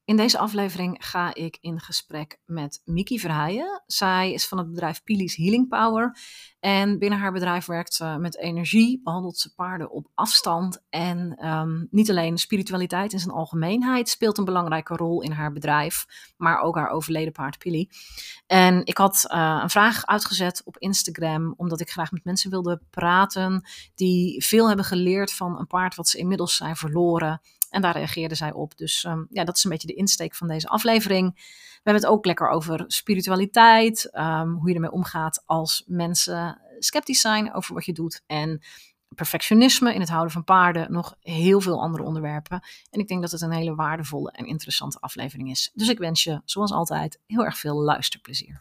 In deze aflevering ga ik in gesprek met Miki Verheijen. Zij is van het bedrijf Pili's Healing Power. En binnen haar bedrijf werkt ze met energie, behandelt ze paarden op afstand. En niet alleen spiritualiteit in zijn algemeenheid speelt een belangrijke rol in haar bedrijf, maar ook haar overleden paard Pili. En ik had een vraag uitgezet op Instagram, omdat ik graag met mensen wilde praten die veel hebben geleerd van een paard wat ze inmiddels zijn verloren. En daar reageerde zij op. Dus dat is een beetje de insteek van deze aflevering. We hebben het ook lekker over spiritualiteit. Hoe je ermee omgaat als mensen sceptisch zijn over wat je doet. En perfectionisme in het houden van paarden. Nog heel veel andere onderwerpen. En ik denk dat het een hele waardevolle en interessante aflevering is. Dus ik wens je, zoals altijd, heel erg veel luisterplezier.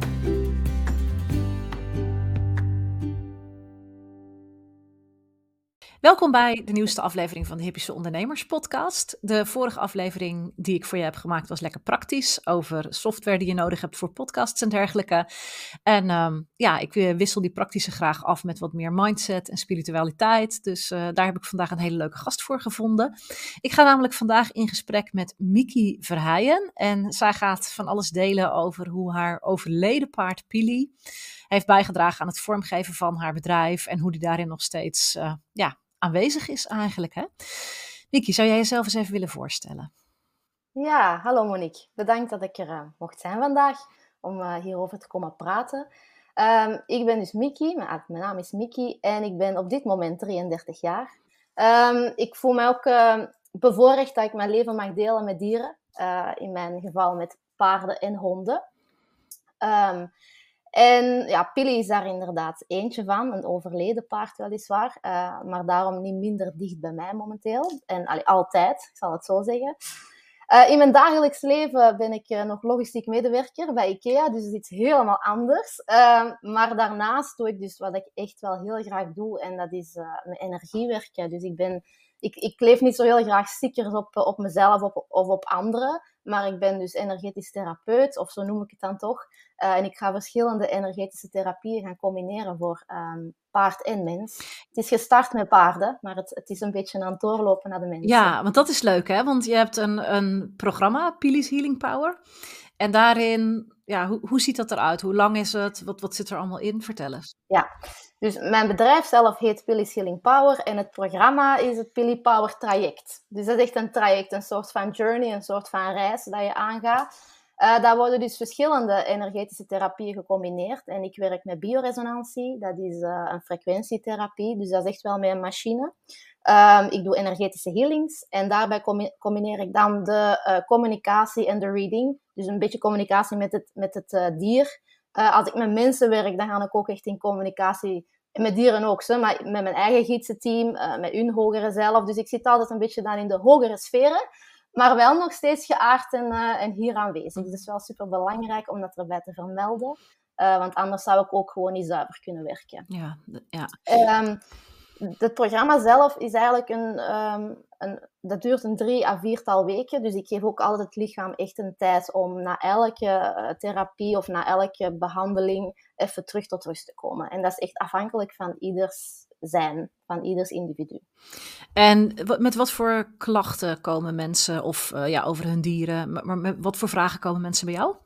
Welkom bij de nieuwste aflevering van de Hippische Ondernemers podcast. De vorige aflevering die ik voor je heb gemaakt was lekker praktisch over software die je nodig hebt voor podcasts en dergelijke. En ik wissel die praktische graag af met wat meer mindset en spiritualiteit. Dus daar heb ik vandaag een hele leuke gast voor gevonden. Ik ga namelijk vandaag in gesprek met Miki Verheijen. En zij gaat van alles delen over hoe haar overleden paard Pili heeft bijgedragen aan het vormgeven van haar bedrijf. En hoe die daarin nog steeds aanwezig is eigenlijk. Hè? Miki, zou jij jezelf eens even willen voorstellen? Ja, hallo Monique. Bedankt dat ik er mocht zijn vandaag om hierover te komen praten. Ik ben dus Miki, mijn naam is Miki en ik ben op dit moment 33 jaar. Ik voel mij ook bevoorrecht dat ik mijn leven mag delen met dieren. In mijn geval met paarden en honden. En ja, Pili is daar inderdaad eentje van, een overleden paard weliswaar, maar daarom niet minder dicht bij mij momenteel. En altijd, ik zal het zo zeggen. In mijn dagelijks leven ben ik nog logistiek medewerker bij IKEA, dus het is iets helemaal anders. Maar daarnaast doe ik dus wat ik echt wel heel graag doe en dat is mijn energie werken. Dus ik leef niet zo heel graag stickers op mezelf of op anderen, maar ik ben dus energetisch therapeut, of zo noem ik het dan toch. En ik ga verschillende energetische therapieën gaan combineren voor paard en mens. Het is gestart met paarden, maar het is een beetje aan het doorlopen naar de mensen. Ja, want dat is leuk, hè? Want je hebt een programma, Pili's Healing Power. En daarin, hoe ziet dat eruit? Hoe lang is het? Wat zit er allemaal in? Vertel eens. Ja, dus mijn bedrijf zelf heet Pili's Healing Power en het programma is het Pili Power traject. Dus dat is echt een traject, een soort van journey, een soort van reis dat je aangaat. Daar worden dus verschillende energetische therapieën gecombineerd. En ik werk met bioresonantie, dat is een frequentietherapie, dus dat is echt wel met een machine. Ik doe energetische healings en daarbij combineer ik dan de communicatie en de reading. Dus een beetje communicatie met het dier. Als ik met mensen werk, dan ga ik ook echt in communicatie met dieren ook, maar met mijn eigen gidsenteam, met hun hogere zelf. Dus ik zit altijd een beetje dan in de hogere sferen, maar wel nog steeds geaard en hier aanwezig. Dus dat is wel super belangrijk om dat erbij te vermelden, want anders zou ik ook gewoon niet zuiver kunnen werken. Ja. Het programma zelf is eigenlijk dat duurt een 3 à 4-tal weken. Dus ik geef ook altijd het lichaam echt een tijd om na elke therapie of na elke behandeling even terug tot rust te komen. En dat is echt afhankelijk van ieders zijn, van ieders individu. En met wat voor klachten komen mensen over hun dieren? Maar met wat voor vragen komen mensen bij jou?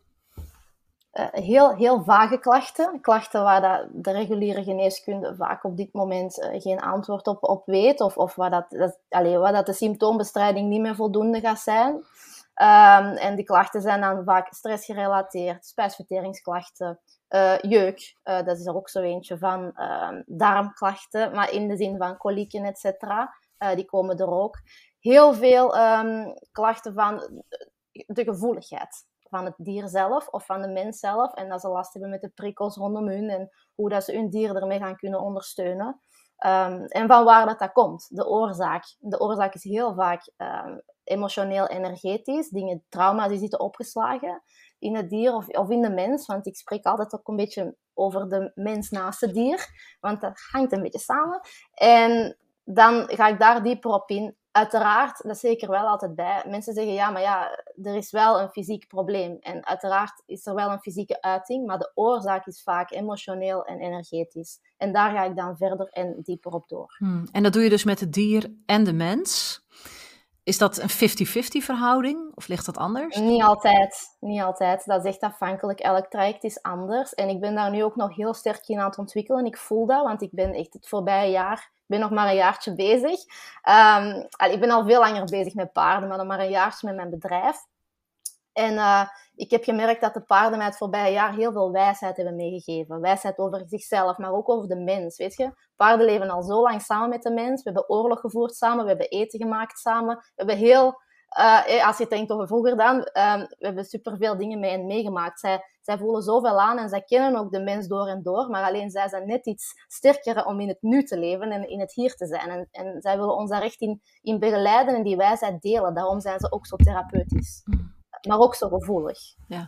Heel vage klachten. Klachten waar de reguliere geneeskunde vaak op dit moment geen antwoord op weet. Of waar dat de symptoombestrijding niet meer voldoende gaat zijn. En die klachten zijn dan vaak stressgerelateerd, spijsverteringsklachten, jeuk. Dat is er ook zo eentje van. Darmklachten, maar in de zin van kolieken, et cetera. Die komen er ook. Heel veel klachten van de gevoeligheid van het dier zelf of van de mens zelf. En dat ze last hebben met de prikkels rondom hun en hoe dat ze hun dier ermee gaan kunnen ondersteunen. En van waar dat komt, de oorzaak. De oorzaak is heel vaak emotioneel energetisch. Trauma's die zitten opgeslagen in het dier of in de mens. Want ik spreek altijd ook een beetje over de mens naast het dier. Want dat hangt een beetje samen. En dan ga ik daar dieper op in. Uiteraard, dat is zeker wel altijd bij. Mensen zeggen, er is wel een fysiek probleem. En uiteraard is er wel een fysieke uiting, maar de oorzaak is vaak emotioneel en energetisch. En daar ga ik dan verder en dieper op door. En dat doe je dus met het dier en de mens. Is dat een 50-50 verhouding of ligt dat anders? Niet altijd, niet altijd. Dat is echt afhankelijk. Elk traject is anders. En ik ben daar nu ook nog heel sterk in aan het ontwikkelen. Ik voel dat, want ik ben echt het voorbije jaar, ik ben nog maar een jaartje bezig. Ik ben al veel langer bezig met paarden, maar nog maar een jaartje met mijn bedrijf. En ik heb gemerkt dat de paarden mij het voorbije jaar heel veel wijsheid hebben meegegeven. Wijsheid over zichzelf, maar ook over de mens, weet je. Paarden leven al zo lang samen met de mens. We hebben oorlog gevoerd samen, we hebben eten gemaakt samen. We hebben heel, als je denkt over vroeger dan, we hebben superveel dingen mee en meegemaakt. Zij voelen zoveel aan en zij kennen ook de mens door en door, maar alleen zij zijn net iets sterker om in het nu te leven en in het hier te zijn. En zij willen ons daar echt in begeleiden en die wijsheid delen. Daarom zijn ze ook zo therapeutisch. Maar ook zo gevoelig. Ja.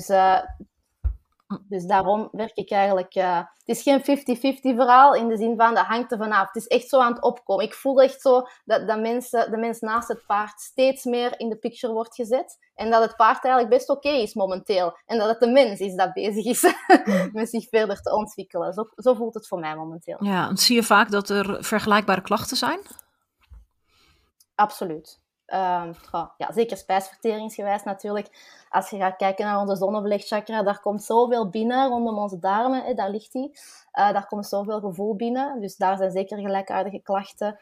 Dus daarom werk ik eigenlijk... het is geen 50-50 verhaal in de zin van, dat hangt er vanaf. Het is echt zo aan het opkomen. Ik voel echt zo dat de mens naast het paard steeds meer in de picture wordt gezet. En dat het paard eigenlijk best oké is momenteel. En dat het de mens is dat bezig is met zich verder te ontwikkelen. Zo voelt het voor mij momenteel. Ja, en zie je vaak dat er vergelijkbare klachten zijn? Absoluut. Ja, zeker spijsverteringsgewijs natuurlijk. Als je gaat kijken naar onze zonnevlechtchakra, daar komt zoveel binnen rondom onze darmen, daar ligt die. Daar komt zoveel gevoel binnen, dus daar zijn zeker gelijkaardige klachten.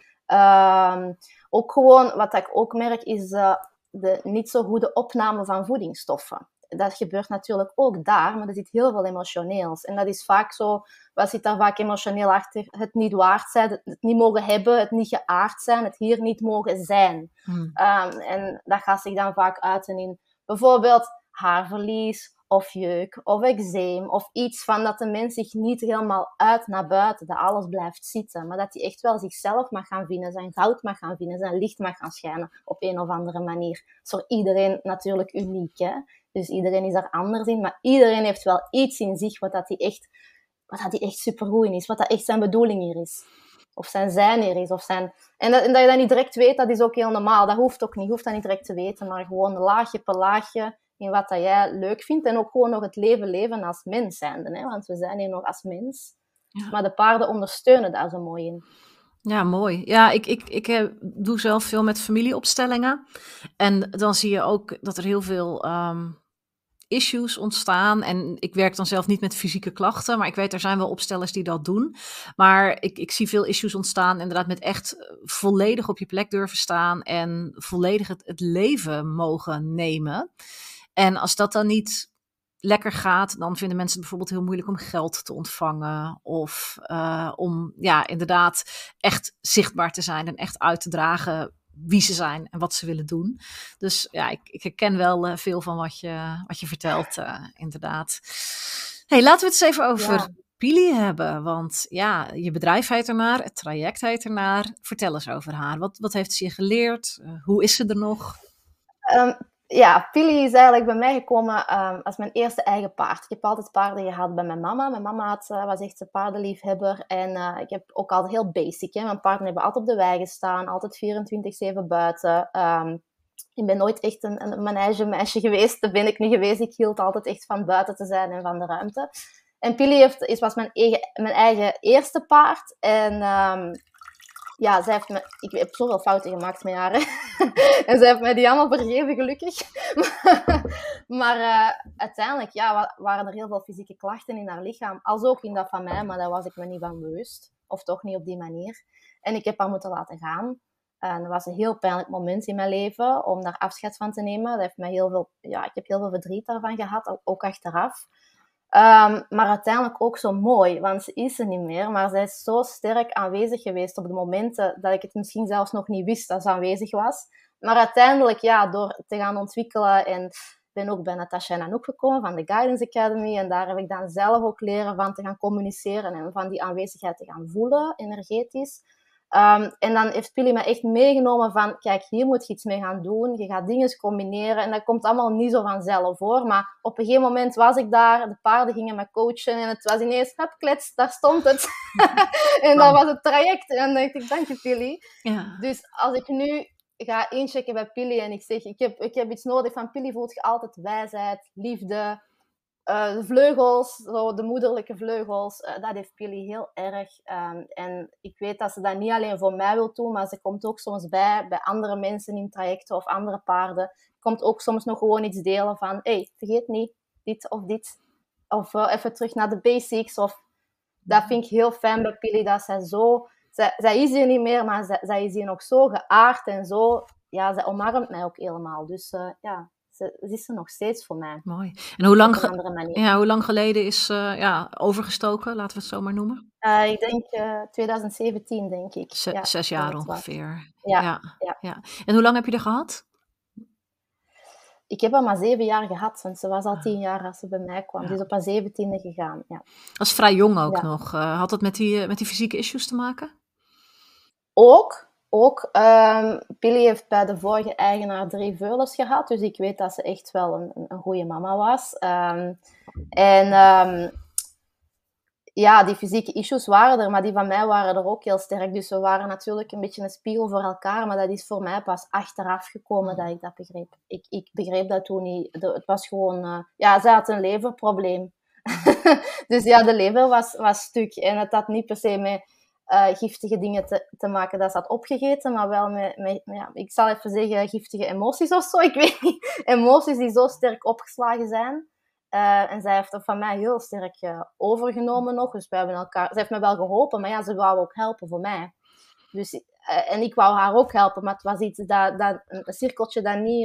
Ook gewoon, wat ik ook merk, is de niet zo goede opname van voedingsstoffen. Dat gebeurt natuurlijk ook daar, maar er zit heel veel emotioneels. En dat is vaak zo, wat zit daar vaak emotioneel achter? Het niet waard zijn, het niet mogen hebben, het niet geaard zijn, het hier niet mogen zijn. En dat gaat zich dan vaak uiten in bijvoorbeeld haarverlies, of jeuk, of eczeem, of iets van dat de mens zich niet helemaal uit naar buiten, dat alles blijft zitten, maar dat hij echt wel zichzelf mag gaan vinden, zijn goud mag gaan vinden, zijn licht mag gaan schijnen op een of andere manier. Dat is voor iedereen natuurlijk uniek, hè? Dus iedereen is daar anders in, maar iedereen heeft wel iets in zich wat hij echt supergoed in is, wat dat echt zijn bedoeling hier is. Of zijn zijn hier is. En dat je dat niet direct weet, dat is ook heel normaal. Dat hoeft ook niet. Je hoeft dat niet direct te weten, maar gewoon laagje per laagje in wat dat jij leuk vindt. En ook gewoon nog het leven als mens zijnde. Hè? Want we zijn hier nog als mens. Ja. Maar de paarden ondersteunen daar zo mooi in. Ja, mooi. Ja, ik doe zelf veel met familieopstellingen. En dan zie je ook dat er heel veel issues ontstaan. En ik werk dan zelf niet met fysieke klachten, maar ik weet, er zijn wel opstellers die dat doen. Maar ik zie veel issues ontstaan, inderdaad, met echt volledig op je plek durven staan en volledig het leven mogen nemen. En als dat dan niet lekker gaat, dan vinden mensen het bijvoorbeeld heel moeilijk om geld te ontvangen of om inderdaad echt zichtbaar te zijn en echt uit te dragen wie ze zijn en wat ze willen doen. Dus ja, ik herken wel veel van wat je vertelt, inderdaad. Hey, laten we het eens even over Pili hebben, want ja, je bedrijf heet ernaar, het traject heet ernaar. Vertel eens over haar. Wat heeft ze je geleerd? Hoe is ze er nog? Pili is eigenlijk bij mij gekomen als mijn eerste eigen paard. Ik heb altijd paarden gehad bij mijn mama. Mijn mama was echt een paardenliefhebber. En ik heb ook altijd heel basic. Hè. Mijn paarden hebben altijd op de wei gestaan. Altijd 24/7 buiten. Ik ben nooit echt een manege-meisje geweest. Dat ben ik niet geweest. Ik hield altijd echt van buiten te zijn en van de ruimte. En Pili was mijn eigen eerste paard. En ik heb zoveel fouten gemaakt met haar. En zij heeft mij die allemaal vergeven, gelukkig. Maar uiteindelijk waren er heel veel fysieke klachten in haar lichaam. Als ook in dat van mij, maar daar was ik me niet van bewust. Of toch niet op die manier. En ik heb haar moeten laten gaan. En dat was een heel pijnlijk moment in mijn leven om daar afscheid van te nemen. Dat heeft mij ik heb heel veel verdriet daarvan gehad, ook achteraf. Maar uiteindelijk ook zo mooi, want ze is er niet meer, maar zij is zo sterk aanwezig geweest op de momenten dat ik het misschien zelfs nog niet wist dat ze aanwezig was. Maar uiteindelijk, door te gaan ontwikkelen, en ik ben ook bij Natasha en Anouk gekomen van de Guidance Academy, en daar heb ik dan zelf ook leren van te gaan communiceren en van die aanwezigheid te gaan voelen, energetisch. En dan heeft Pili me echt meegenomen van, kijk, hier moet je iets mee gaan doen. Je gaat dingen combineren en dat komt allemaal niet zo vanzelf hoor. Maar op een gegeven moment was ik daar, de paarden gingen me coachen en het was ineens, klets, daar stond het. En dat was het traject. En dan dacht ik, dank je Pili. Ja. Dus als ik nu ga inchecken bij Pili en ik zeg, ik heb iets nodig van Pili, voelt je altijd wijsheid, liefde, De vleugels, zo de moederlijke vleugels, dat heeft Pili heel erg. En ik weet dat ze dat niet alleen voor mij wil doen, maar ze komt ook soms bij andere mensen in trajecten of andere paarden. Komt ook soms nog gewoon iets delen van, hey, vergeet niet dit of dit. Of even terug naar de basics. Of, dat vind ik heel fijn bij Pili, dat zij zo... Zij is hier niet meer, maar zij is hier nog zo geaard en zo... Ja, zij omarmt mij ook helemaal. Dus ja... Ze is er nog steeds voor mij. Mooi. En hoe lang, Op een andere manier. hoe lang geleden is overgestoken, laten we het zo maar noemen? Ik denk 2017, denk ik. 6 jaar dat ongeveer. Ja. En hoe lang heb je er gehad? Ik heb haar maar 7 jaar gehad, want ze was al 10 jaar als ze bij mij kwam. Die is op haar 17e gegaan. Ja. Dat is vrij jong ook Ja. nog. Had dat met die fysieke issues te maken? Ook. Pili heeft bij de vorige eigenaar 3 veulens gehad, dus ik weet dat ze echt wel een goede mama was. Ja, die fysieke issues waren er, maar die van mij waren er ook heel sterk. Dus we waren natuurlijk een beetje een spiegel voor elkaar, maar dat is voor mij pas achteraf gekomen dat ik dat begreep. Ik begreep dat toen niet. Het was gewoon... zij had een leverprobleem. Dus ja, de lever was stuk. En het had niet per se met giftige dingen te maken dat ze had opgegeten, maar wel met ik zal even zeggen, giftige emoties of zo. Ik weet niet. Emoties die zo sterk opgeslagen zijn. En zij heeft dat van mij heel sterk overgenomen nog. Dus we hebben elkaar... Ze heeft me wel geholpen, maar ja, ze wou ook helpen voor mij. Dus, en ik wou haar ook helpen, maar het was iets een cirkeltje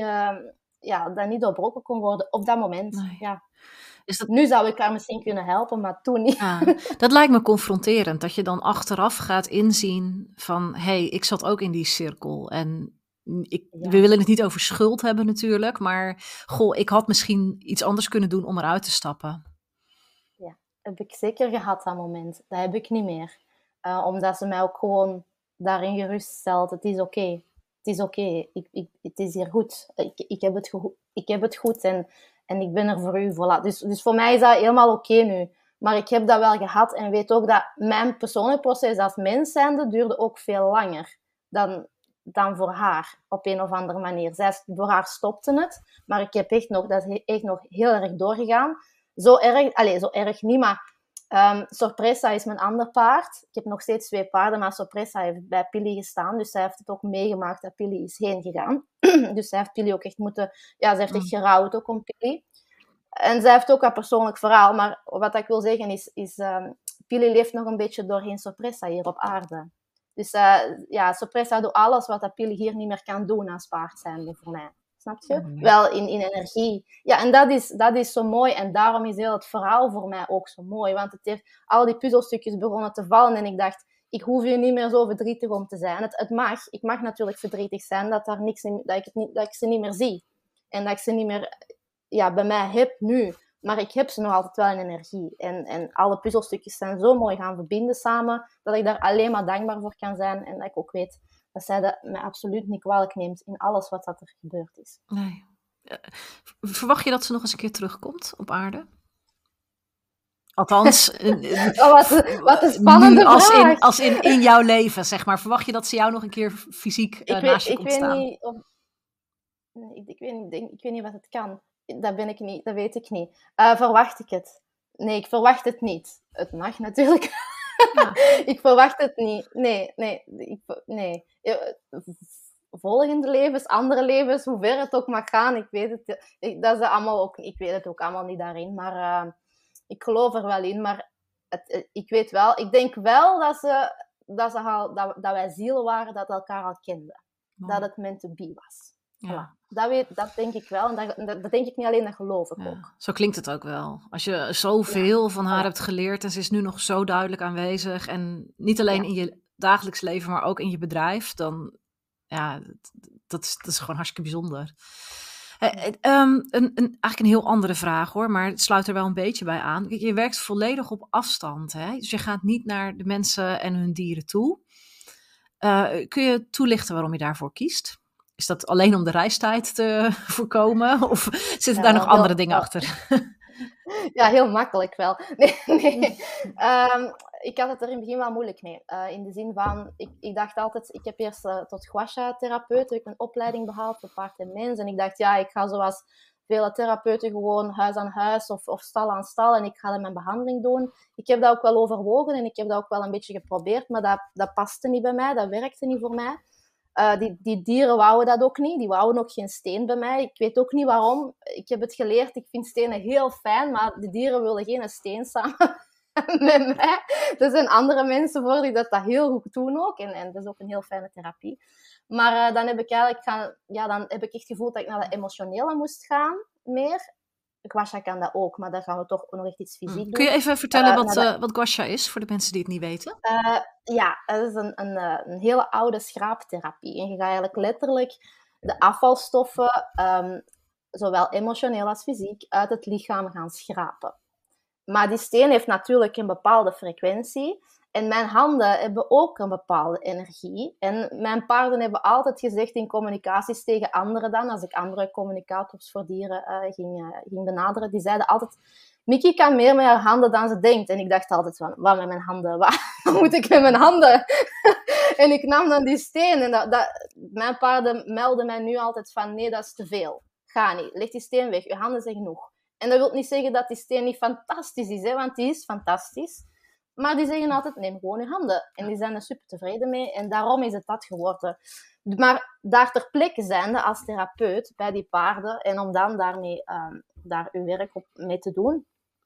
dat niet doorbroken kon worden op dat moment. Nee. Ja. Is dat... Nu zou ik haar misschien kunnen helpen, maar toen niet. Ja, dat lijkt me confronterend, dat je dan achteraf gaat inzien van... hey, ik zat ook in die cirkel en... We willen het niet over schuld hebben natuurlijk, maar ik had misschien iets anders kunnen doen om eruit te stappen. Ja, heb ik zeker gehad dat moment. Dat heb ik niet meer. Omdat ze mij ook gewoon daarin geruststelt. Het is oké. Het is oké. Het is hier goed. Ik heb het goed en ik ben er voor u. Voilà. Dus voor mij is dat helemaal oké nu. Maar ik heb dat wel gehad en weet ook dat mijn persoonlijk proces als mens zijnde duurde ook veel langer dan voor haar, op een of andere manier. Voor haar stopte het, maar ik heb dat is echt nog heel erg doorgegaan. Zo erg niet, maar Sorpresa is mijn ander paard. Ik heb nog steeds 2 paarden, maar Sorpresa heeft bij Pili gestaan, dus zij heeft het ook meegemaakt dat Pili is heen gegaan. Dus zij heeft Pili ook echt ze heeft echt gerouwd ook om Pili. En zij heeft ook een persoonlijk verhaal, maar wat ik wil zeggen is Pili leeft nog een beetje doorheen Sorpresa hier op aarde. Dus Sorpresa doet alles wat Pili hier niet meer kan doen als paard zijnde voor mij. Snap je? Ja. Wel in energie. Ja, en dat is zo mooi. En daarom is heel het verhaal voor mij ook zo mooi. Want het heeft al die puzzelstukjes begonnen te vallen. En ik dacht, ik hoef hier niet meer zo verdrietig om te zijn. Het mag. Ik mag natuurlijk verdrietig zijn dat ik ze niet meer zie. En dat ik ze niet meer bij mij heb nu. Maar ik heb ze nog altijd wel in energie. En alle puzzelstukjes zijn zo mooi gaan verbinden samen, dat ik daar alleen maar dankbaar voor kan zijn. En dat ik ook weet dat zij dat mij absoluut niet kwalijk neemt in alles wat er gebeurd is. Nee. Verwacht je dat ze nog eens een keer terugkomt op aarde? Althans, wat een spannende vraag. Als in jouw leven, zeg maar. Verwacht je dat ze jou nog een keer fysiek naast je komt staan? Ik weet niet wat het kan. Dat weet ik niet. Verwacht ik het? Nee, ik verwacht het niet. Het mag natuurlijk. Ja. Ik verwacht het niet. Nee. Volgende levens, andere levens, hoe ver het ook mag gaan, ik weet het. Ik weet het ook allemaal niet daarin, maar ik geloof er wel in. Maar ik denk wel dat wij zielen waren dat elkaar al kenden. Oh. Dat het meant to be was. Ja. Dat denk ik wel. En dat denk ik niet alleen, dat geloof ik ook. Zo klinkt het ook wel. Als je zoveel van haar hebt geleerd en ze is nu nog zo duidelijk aanwezig. En niet alleen in je dagelijks leven, maar ook in je bedrijf. Dan, dat is gewoon hartstikke bijzonder. Eigenlijk een heel andere vraag hoor, maar het sluit er wel een beetje bij aan. Je werkt volledig op afstand. Hè? Dus je gaat niet naar de mensen en hun dieren toe. Kun je toelichten waarom je daarvoor kiest? Is dat alleen om de reistijd te voorkomen? Of zitten daar nog andere dingen achter? Ja, heel makkelijk wel. Nee. Ik had het er in het begin wel moeilijk mee. In de zin van, ik dacht altijd... Ik heb eerst tot gua sha-therapeut, heb ik een opleiding behaald voor paard en mens. En ik dacht, ik ga zoals vele therapeuten gewoon huis aan huis of stal aan stal en ik ga dan mijn behandeling doen. Ik heb dat ook wel overwogen en ik heb dat ook wel een beetje geprobeerd, maar dat paste niet bij mij, dat werkte niet voor mij. Die dieren wouden dat ook niet. Die wouden ook geen steen bij mij. Ik weet ook niet waarom. Ik heb het geleerd. Ik vind stenen heel fijn, maar de dieren willen geen steen samen met mij. Er zijn andere mensen voor die dat heel goed doen ook. En dat is ook een heel fijne therapie. Maar dan heb ik dan heb ik echt gevoeld dat ik naar de emotionele moest gaan meer. Guasha kan dat ook, maar dan gaan we toch nog echt iets fysiek doen. Kun je even vertellen wat guasha is, voor de mensen die het niet weten? Ja, het is een hele oude schraaptherapie. En je gaat eigenlijk letterlijk de afvalstoffen, zowel emotioneel als fysiek, uit het lichaam gaan schrapen. Maar die steen heeft natuurlijk een bepaalde frequentie. En mijn handen hebben ook een bepaalde energie. En mijn paarden hebben altijd gezegd in communicaties tegen anderen dan, als ik andere communicators voor dieren ging benaderen, die zeiden altijd, Mickey kan meer met haar handen dan ze denkt. En ik dacht altijd van, wat met mijn handen? Wat moet ik met mijn handen? En ik nam dan die steen. En mijn paarden melden mij nu altijd van, nee, dat is te veel. Ga niet. Leg die steen weg. Je handen zijn genoeg. En dat wil niet zeggen dat die steen niet fantastisch is, hè, want die is fantastisch. Maar die zeggen altijd, neem gewoon je handen. En die zijn er super tevreden mee. En daarom is het dat geworden. Maar daar ter plekke zijnde als therapeut bij die paarden. En om dan daarmee daar uw werk mee te doen.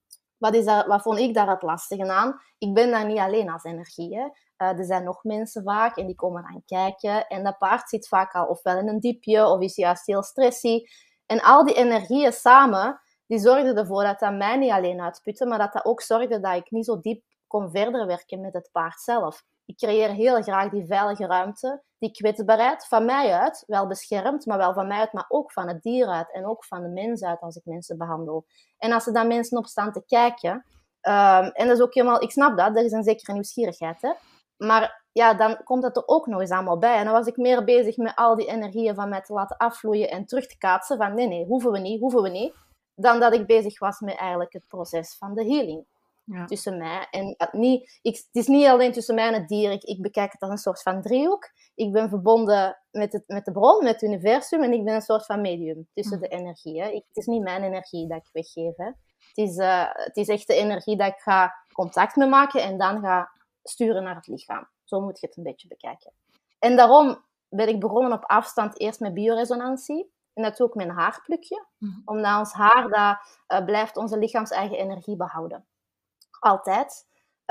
Wat vond ik daar het lastige aan? Ik ben daar niet alleen als energie. Hè. Er zijn nog mensen vaak en die komen dan kijken. En dat paard zit vaak al ofwel in een diepje of is juist heel stressy. En al die energieën samen, die zorgden ervoor dat dat mij niet alleen uitputte, maar dat ook zorgde dat ik niet zo diep kon verder werken met het paard zelf. Ik creëer heel graag die veilige ruimte, die kwetsbaarheid van mij uit, wel beschermd, maar wel van mij uit, maar ook van het dier uit en ook van de mens uit als ik mensen behandel. En als er dan mensen op staan te kijken, en dat is ook helemaal, ik snap dat, er is een zekere nieuwsgierigheid, hè? Maar ja, dan komt het er ook nog eens allemaal bij. En dan was ik meer bezig met al die energieën van mij te laten afvloeien en terug te kaatsen van nee, hoeven we niet, dan dat ik bezig was met eigenlijk het proces van de healing. Ja. Tussen mij en het is niet alleen tussen mij en het dier. Ik bekijk het als een soort van driehoek. Ik ben verbonden met de bron, met het universum, en ik ben een soort van medium tussen de energieën. Het is niet mijn energie dat ik weggeef. Hè. Het is echt de energie dat ik ga contact mee maken en dan ga sturen naar het lichaam. Zo moet je het een beetje bekijken. En daarom ben ik begonnen op afstand eerst met bioresonantie. En dat doe ik met een haarplukje. Omdat ons haar, blijft onze lichaams-eigen energie behouden. Altijd.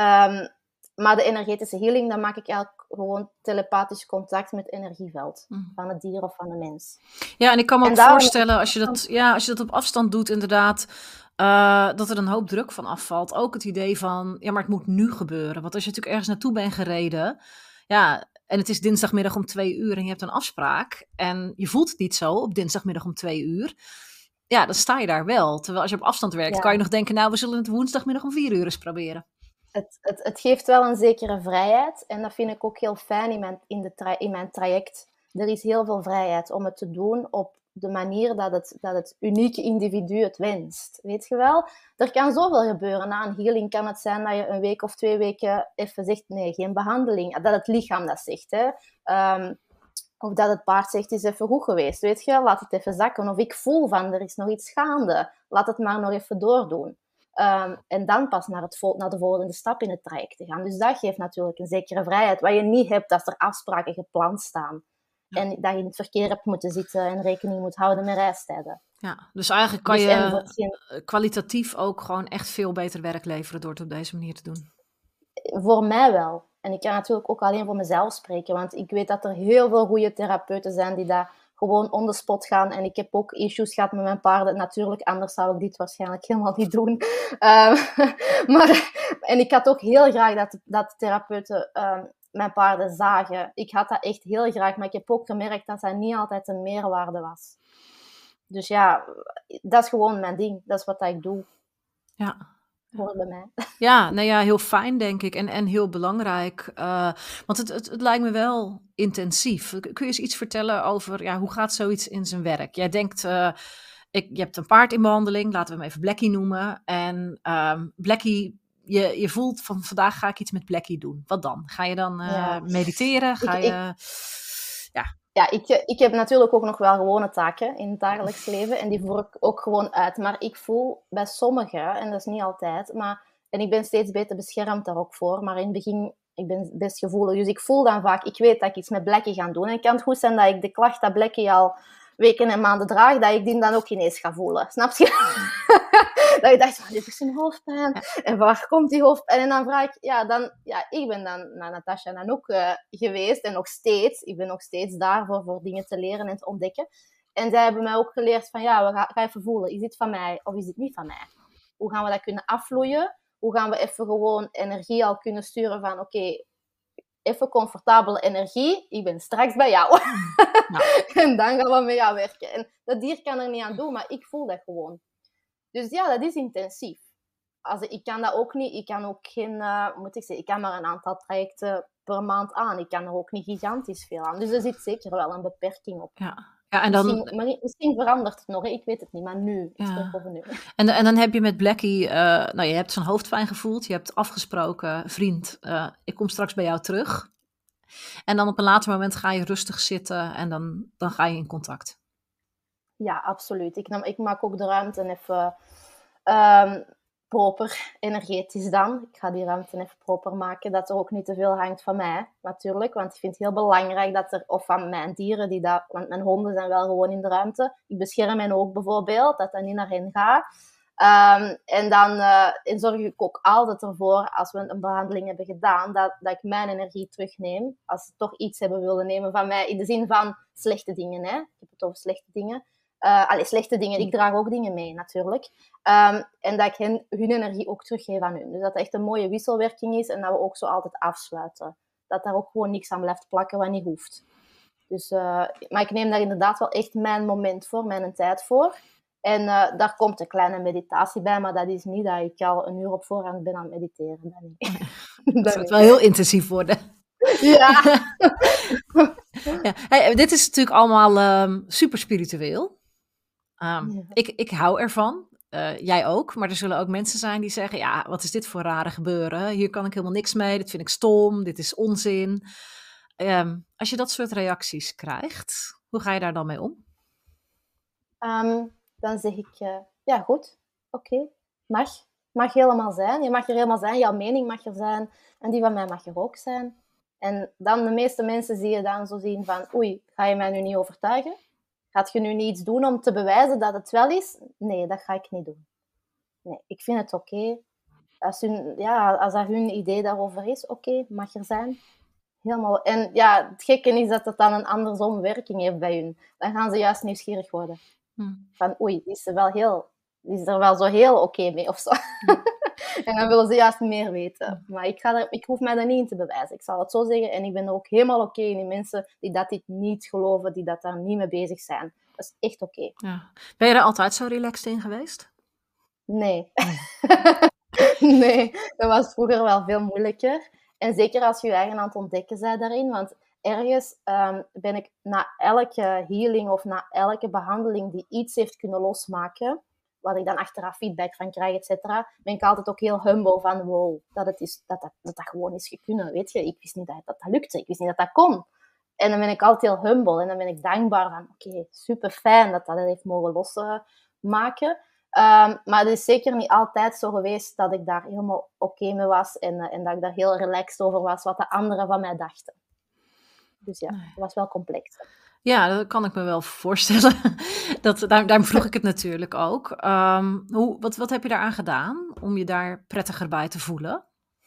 Maar de energetische healing, dan maak ik eigenlijk gewoon telepathisch contact met het energieveld. Van het dier of van de mens. Ja, en ik kan me ook voorstellen, als je dat op afstand doet, inderdaad, dat er een hoop druk van afvalt. Ook het idee van, ja, maar het moet nu gebeuren. Want als je natuurlijk ergens naartoe bent gereden, ja, en het is dinsdagmiddag om 2:00 en je hebt een afspraak, en je voelt het niet zo op dinsdagmiddag om 2:00, ja, dan sta je daar wel. Terwijl als je op afstand werkt, kan je nog denken, nou, we zullen het woensdagmiddag om 4:00 eens proberen. Het geeft wel een zekere vrijheid. En dat vind ik ook heel fijn in mijn traject. Er is heel veel vrijheid om het te doen op de manier dat het unieke individu het wenst. Weet je wel? Er kan zoveel gebeuren. Na een healing kan het zijn dat je een week of 2 weken even zegt, nee, geen behandeling. Dat het lichaam dat zegt, hè. Of dat het paard zegt, het is even goed geweest, weet je, laat het even zakken. Of ik voel van, er is nog iets gaande, laat het maar nog even doordoen. En dan pas naar de volgende stap in het traject te gaan. Dus dat geeft natuurlijk een zekere vrijheid. Wat je niet hebt als er afspraken gepland staan. Ja. En dat je in het verkeer hebt moeten zitten en rekening moet houden met reistijden. Ja, dus eigenlijk kan je kwalitatief ook gewoon echt veel beter werk leveren door het op deze manier te doen. Voor mij wel. En ik kan natuurlijk ook alleen voor mezelf spreken, want ik weet dat er heel veel goede therapeuten zijn die daar gewoon on the spot gaan. En ik heb ook issues gehad met mijn paarden. Natuurlijk, anders zou ik dit waarschijnlijk helemaal niet doen. En ik had ook heel graag dat therapeuten mijn paarden zagen. Ik had dat echt heel graag, maar ik heb ook gemerkt dat dat niet altijd een meerwaarde was. Dus ja, dat is gewoon mijn ding. Dat is wat ik doe. Ja. Hoor bij mij. Ja, nou ja, heel fijn denk ik en heel belangrijk. Want het lijkt me wel intensief. Kun je eens iets vertellen over hoe gaat zoiets in zijn werk? Jij denkt, je hebt een paard in behandeling, laten we hem even Blackie noemen. En Blackie, je voelt van vandaag ga ik iets met Blackie doen. Wat dan? Ga je dan mediteren? Ja, ik heb natuurlijk ook nog wel gewone taken in het dagelijks leven en die voer ik ook gewoon uit. Maar ik voel bij sommigen, en dat is niet altijd, en ik ben steeds beter beschermd daar ook voor, maar in het begin, ik ben best gevoelig. Dus ik voel dan vaak, ik weet dat ik iets met blekken ga doen. En het kan goed zijn dat ik de klacht dat blekken al weken en maanden draag, dat ik die dan ook ineens ga voelen. Snap je? Dat je dacht, dit is een hoofdpijn. En waar komt die hoofdpijn? En dan vraag ik, ik ben dan naar Natasha en Anouk geweest. En nog steeds, ik ben nog steeds daar voor dingen te leren en te ontdekken. En zij hebben mij ook geleerd van, ga even voelen. Is dit van mij of is dit niet van mij? Hoe gaan we dat kunnen afvloeien? Hoe gaan we even gewoon energie al kunnen sturen van, oké, even comfortabele energie. Ik ben straks bij jou. Ja. En dan gaan we met jou werken. En dat dier kan er niet aan doen, maar ik voel dat gewoon. Dus ja, dat is intensief. Ik kan dat ook niet. Ik kan ook geen, ik kan maar een aantal trajecten per maand aan. Ik kan er ook niet gigantisch veel aan. Dus er zit zeker wel een beperking op. Ja, en dan... misschien verandert het nog, ik weet het niet, maar nu. Ik spreek over nu. En dan heb je met Blackie, je hebt zo'n hoofdpijn gevoeld, je hebt afgesproken, vriend, ik kom straks bij jou terug. En dan op een later moment ga je rustig zitten en dan ga je in contact. Ja, absoluut. Ik maak ook de ruimte even proper, energetisch dan. Ik ga die ruimte even proper maken, dat er ook niet te veel hangt van mij, natuurlijk. Want ik vind het heel belangrijk dat er, of van mijn dieren, want mijn honden zijn wel gewoon in de ruimte. Ik bescherm hen ook bijvoorbeeld, dat niet naar hen gaat. En dan zorg ik ook altijd ervoor, als we een behandeling hebben gedaan, dat ik mijn energie terugneem. Als ze toch iets hebben willen nemen van mij, in de zin van slechte dingen. Hè? Ik heb het over slechte dingen. Slechte dingen, ik draag ook dingen mee natuurlijk. En dat ik hun energie ook teruggeef aan hun. Dus dat het echt een mooie wisselwerking is en dat we ook zo altijd afsluiten. Dat daar ook gewoon niks aan blijft plakken wat niet hoeft. Dus, maar ik neem daar inderdaad wel echt mijn moment voor, mijn tijd voor. En daar komt een kleine meditatie bij, maar dat is niet dat ik al een uur op voorhand ben aan het mediteren. Dat zou wel heel intensief worden. Ja. Ja. Hey, dit is natuurlijk allemaal super spiritueel. Ik hou ervan. Jij ook. Maar er zullen ook mensen zijn die zeggen, ja, wat is dit voor rare gebeuren? Hier kan ik helemaal niks mee. Dit vind ik stom. Dit is onzin. Als je dat soort reacties krijgt, hoe ga je daar dan mee om? Dan zeg ik, ja goed, oké, mag helemaal zijn. Je mag er helemaal zijn, jouw mening mag er zijn en die van mij mag er ook zijn. En dan de meeste mensen zie je dan zo zien van, oei, ga je mij nu niet overtuigen? Gaat je nu niet iets doen om te bewijzen dat het wel is? Nee, dat ga ik niet doen. Nee, ik vind het oké. Als dat hun idee daarover is, oké, mag er zijn. Helemaal. En ja, het gekke is dat het dan een andersom werking heeft bij hun. Dan gaan ze juist nieuwsgierig worden. Van oei, die is er wel zo heel oké mee of zo. En dan willen ze juist meer weten. Maar ik hoef mij daar niet in te bewijzen. Ik zal het zo zeggen. En ik ben er ook helemaal oké in die mensen die dat dit niet geloven, die dat daar niet mee bezig zijn. Dat is echt oké. Ja. Ben je er altijd zo relaxed in geweest? Nee. Nee, dat was vroeger wel veel moeilijker. En zeker als je je eigen aan het ontdekken bent daarin. Want ergens ben ik na elke healing of na elke behandeling die iets heeft kunnen losmaken, waar ik dan achteraf feedback van krijg, et cetera, ben ik altijd ook heel humble van, wow, dat gewoon is kunnen, weet je. Ik wist niet dat lukte, ik wist niet dat dat kon. En dan ben ik altijd heel humble en dan ben ik dankbaar van, oké, super fijn dat heeft mogen losmaken. Maar het is zeker niet altijd zo geweest dat ik daar helemaal oké mee was en dat ik daar heel relaxed over was wat de anderen van mij dachten. Dus ja, het was wel complex. Ja, dat kan ik me wel voorstellen. Daarom vroeg ik het natuurlijk ook. Wat heb je daaraan gedaan om je daar prettiger bij te voelen?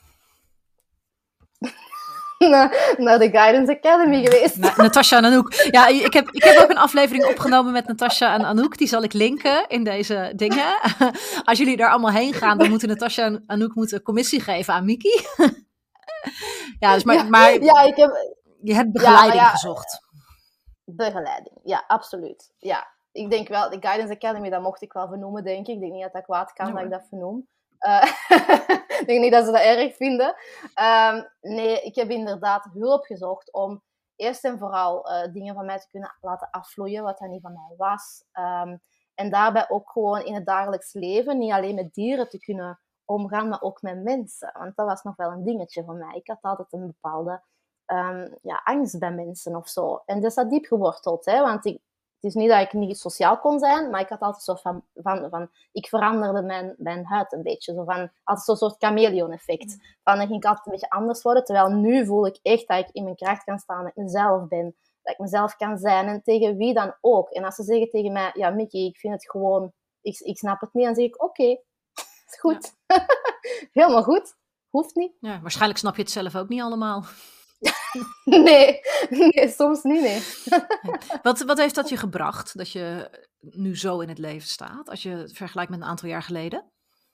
Naar de Guidance Academy geweest. Natasha en Anouk. Ja, ik heb ook een aflevering opgenomen met Natasha en Anouk. Die zal ik linken in deze dingen. Als jullie daar allemaal heen gaan, dan moeten Natasha en Anouk commissie geven aan Miki. Ja, dus je hebt begeleiding gezocht. Begeleiding, ja, absoluut. Ja, ik denk wel, de Guidance Academy, dat mocht ik wel vernoemen, denk ik. Ik denk niet dat dat kwaad kan dat ik dat vernoem. Ik denk niet dat ze dat erg vinden. Nee, ik heb inderdaad hulp gezocht om eerst en vooral dingen van mij te kunnen laten afvloeien, wat dat niet van mij was. En daarbij ook gewoon in het dagelijks leven, niet alleen met dieren te kunnen omgaan, maar ook met mensen. Want dat was nog wel een dingetje voor mij. Ik had altijd een bepaalde angst bij mensen of zo. En dat is dat diep geworteld, hè? Want het is niet dat ik niet sociaal kon zijn, maar ik had altijd zo van ik veranderde mijn huid een beetje. Zo van, altijd zo'n soort chameleon-effect. Van, dan ging ik altijd een beetje anders worden, terwijl nu voel ik echt dat ik in mijn kracht kan staan, dat ik mezelf ben, dat ik mezelf kan zijn en tegen wie dan ook. En als ze zeggen tegen mij, ja, Mickey, ik vind het gewoon, ik snap het niet, dan zeg ik, oké, is goed. Ja. Helemaal goed. Hoeft niet. Ja, waarschijnlijk snap je het zelf ook niet allemaal. Nee, soms niet, nee. Wat heeft dat je gebracht, dat je nu zo in het leven staat, als je het vergelijkt met een aantal jaar geleden?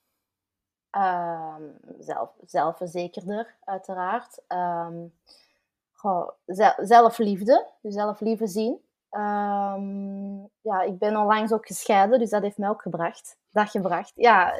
Zelfverzekerder, uiteraard. Zelfliefde, jezelf liever zien. Ik ben onlangs ook gescheiden, dus dat heeft mij ook gebracht. Ja,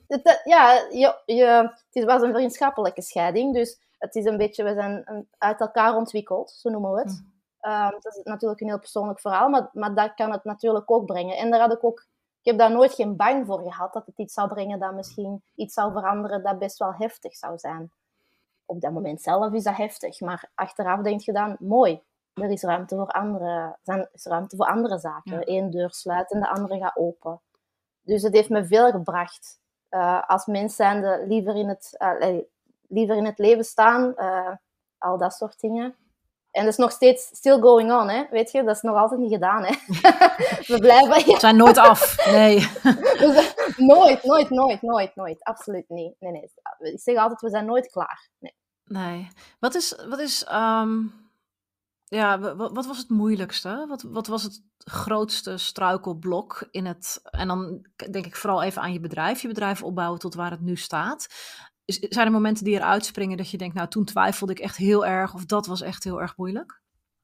het was een vriendschappelijke scheiding, dus het is een beetje, we zijn uit elkaar ontwikkeld, zo noemen we het. Dat is natuurlijk een heel persoonlijk verhaal, maar dat kan het natuurlijk ook brengen. En daar had ik heb daar nooit geen bang voor gehad, dat het iets zou brengen dat misschien iets zou veranderen dat best wel heftig zou zijn. Op dat moment zelf is dat heftig, maar achteraf denk je dan, mooi, er is ruimte voor andere zaken. Ja. Eén deur sluit en de andere gaat open. Dus het heeft me veel gebracht. Als mens zijnde liever in het leven staan, al dat soort dingen. En dat is nog steeds still going on, hè? Weet je, dat is nog altijd niet gedaan, hè? We blijven... We zijn nooit af, nee. Nooit. Absoluut niet. Nee. Ik zeg altijd, we zijn nooit klaar. Nee. Wat was het moeilijkste? Wat was het grootste struikelblok in het... En dan denk ik vooral even aan je bedrijf opbouwen tot waar het nu staat. Zijn er momenten die eruit springen dat je denkt, nou, toen twijfelde ik echt heel erg, of dat was echt heel erg moeilijk?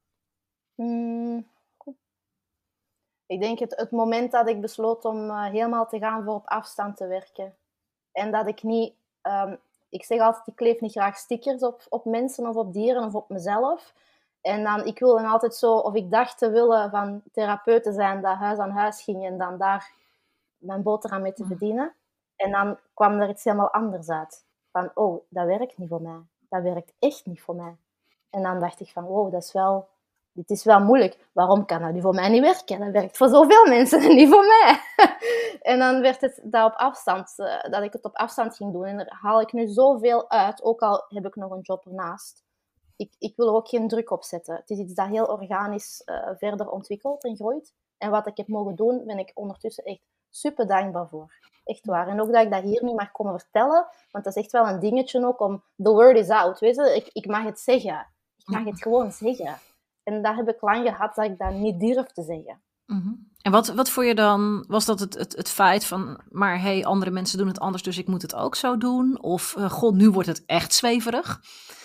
Ik denk het moment dat ik besloot om helemaal te gaan voor op afstand te werken. En dat ik niet... ik zeg altijd, ik kleef niet graag stickers op mensen of op dieren of op mezelf. En dan, ik wilde altijd zo, of ik dacht te willen van therapeuten zijn, dat huis aan huis ging en dan daar mijn boterham mee te verdienen. En dan kwam er iets helemaal anders uit. Van, oh, dat werkt niet voor mij. Dat werkt echt niet voor mij. En dan dacht ik van, wow, dit is wel moeilijk. Waarom kan dat nu voor mij niet werken? Dat werkt voor zoveel mensen en niet voor mij. En dan werd het dat ik het op afstand ging doen. En daar haal ik nu zoveel uit, ook al heb ik nog een job ernaast. Ik wil er ook geen druk op zetten. Het is iets dat heel organisch verder ontwikkelt en groeit. En wat ik heb mogen doen, ben ik ondertussen echt super dankbaar voor. Echt waar. En ook dat ik dat hier nu mag komen vertellen, want dat is echt wel een dingetje ook om... The word is out, weet je. Ik mag het zeggen. Ik mag het gewoon zeggen. En dat heb ik lang gehad dat ik dat niet durf te zeggen. Mm-hmm. En wat voor je dan, was dat het feit van, maar hey, andere mensen doen het anders, dus ik moet het ook zo doen? Of, god, nu wordt het echt zweverig?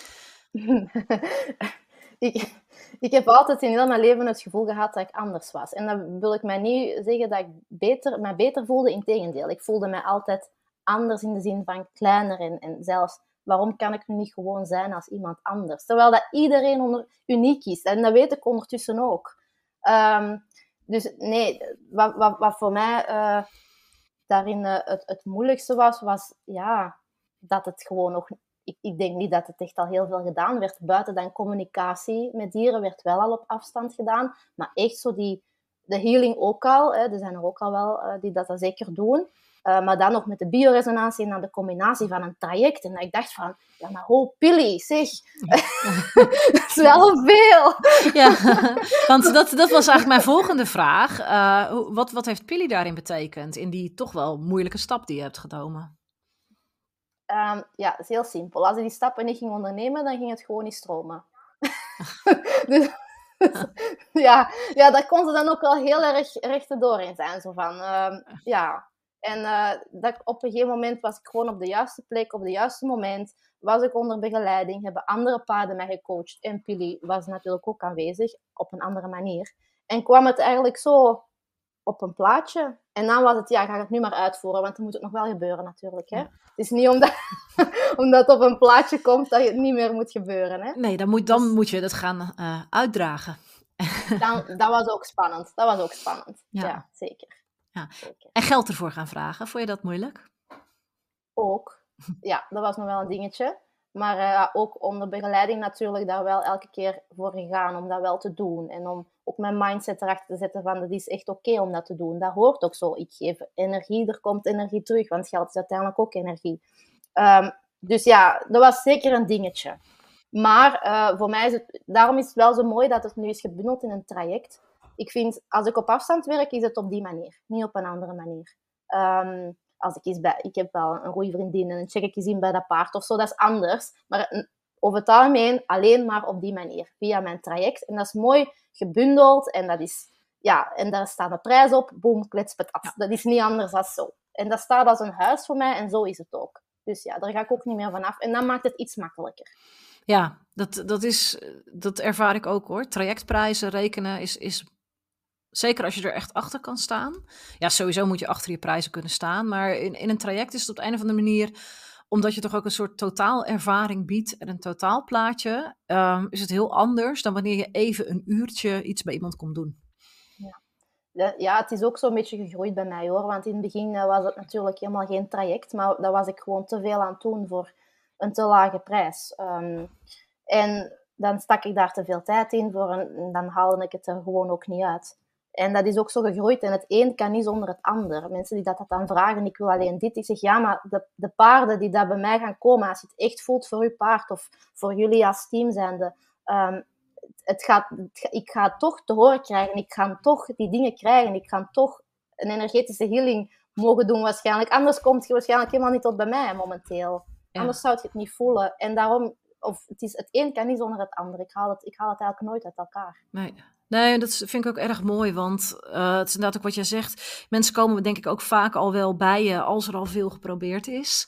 Ik heb altijd in heel mijn leven het gevoel gehad dat ik anders was. En dan wil ik mij niet zeggen dat ik mij beter voelde, integendeel. Ik voelde mij altijd anders in de zin van kleiner en zelfs, waarom kan ik nu niet gewoon zijn als iemand anders? Terwijl dat iedereen uniek is. En dat weet ik ondertussen ook. Dus nee, wat voor mij daarin het moeilijkste was ja, dat het gewoon nog... Ik denk niet dat het echt al heel veel gedaan werd. Buiten dan communicatie met dieren werd wel al op afstand gedaan. Maar echt zo de healing ook al. Hè, er zijn er ook al wel die dat zeker doen. Maar dan nog met de bioresonantie en dan de combinatie van een traject. En ik dacht van, ja maar Pilly, zeg. Dat is wel veel. Ja, want dat was eigenlijk mijn volgende vraag. Wat heeft Pilly daarin betekend? In die toch wel moeilijke stap die je hebt genomen? Ja, het is heel simpel. Als ik die stappen niet ging ondernemen, dan ging het gewoon niet stromen. Dus daar kon ze dan ook wel heel erg rechtdoor in zijn. Zo van, ja. En op een gegeven moment was ik gewoon op de juiste plek, op het juiste moment. Was ik onder begeleiding, hebben andere paarden mij gecoacht. En Pilly was natuurlijk ook aanwezig, op een andere manier. En kwam het eigenlijk zo op een plaatje. En dan was het, ja, ga het nu maar uitvoeren, want dan moet het nog wel gebeuren natuurlijk. Hè? Ja. Het is niet omdat het op een plaatje komt dat het niet meer moet gebeuren. Hè? Nee, dan moet je dat gaan uitdragen. Dat was ook spannend. Ja, zeker. Ja. Zeker. En geld ervoor gaan vragen, vond je dat moeilijk? Ook. Ja, dat was nog wel een dingetje. Maar ook onder begeleiding natuurlijk daar wel elke keer voor gegaan om dat wel te doen. En om ook mijn mindset erachter te zetten van, dat is echt oké om dat te doen. Dat hoort ook zo. Ik geef energie, er komt energie terug, want geld is uiteindelijk ook energie. Dus ja, dat was zeker een dingetje. Maar voor mij is het, daarom is het wel zo mooi dat het nu is gebundeld in een traject. Ik vind, als ik op afstand werk, is het op die manier. Niet op een andere manier. Als ik heb wel een goede vriendin en dan check ik eens in bij dat paard of zo, dat is anders. Maar over het algemeen alleen maar op die manier, via mijn traject. En dat is mooi gebundeld en dat is, ja, en daar staat een prijs op, boem, kletspatat. Ja. Dat is niet anders dan zo. En dat staat als een huis voor mij en zo is het ook. Dus ja, daar ga ik ook niet meer van af. En dat maakt het iets makkelijker. Ja, dat ervaar ik ook hoor. Trajectprijzen rekenen is zeker als je er echt achter kan staan. Ja, sowieso moet je achter je prijzen kunnen staan. Maar in een traject is het op een of andere manier, omdat je toch ook een soort totaalervaring biedt en een totaalplaatje, is het heel anders dan wanneer je even een uurtje iets bij iemand komt doen. Ja, het is ook zo'n beetje gegroeid bij mij hoor. Want in het begin was het natuurlijk helemaal geen traject. Maar daar was ik gewoon te veel aan het doen voor een te lage prijs. En dan stak ik daar te veel tijd in voor en dan haalde ik het er gewoon ook niet uit. En dat is ook zo gegroeid. En het een kan niet zonder het ander. Mensen die dat dan vragen, ik wil alleen dit. Ik zeg, ja, maar de paarden die dat bij mij gaan komen, als je het echt voelt voor je paard of voor jullie als team zijnde, ik ga het toch te horen krijgen. Ik ga toch die dingen krijgen. Ik ga toch een energetische healing mogen doen waarschijnlijk. Anders komt je waarschijnlijk helemaal niet tot bij mij momenteel. Ja. Anders zou je het niet voelen. En daarom, het een kan niet zonder het ander. Ik haal het eigenlijk nooit uit elkaar. Nee, dat vind ik ook erg mooi, want het is inderdaad ook wat jij zegt. Mensen komen denk ik ook vaak al wel bij je als er al veel geprobeerd is.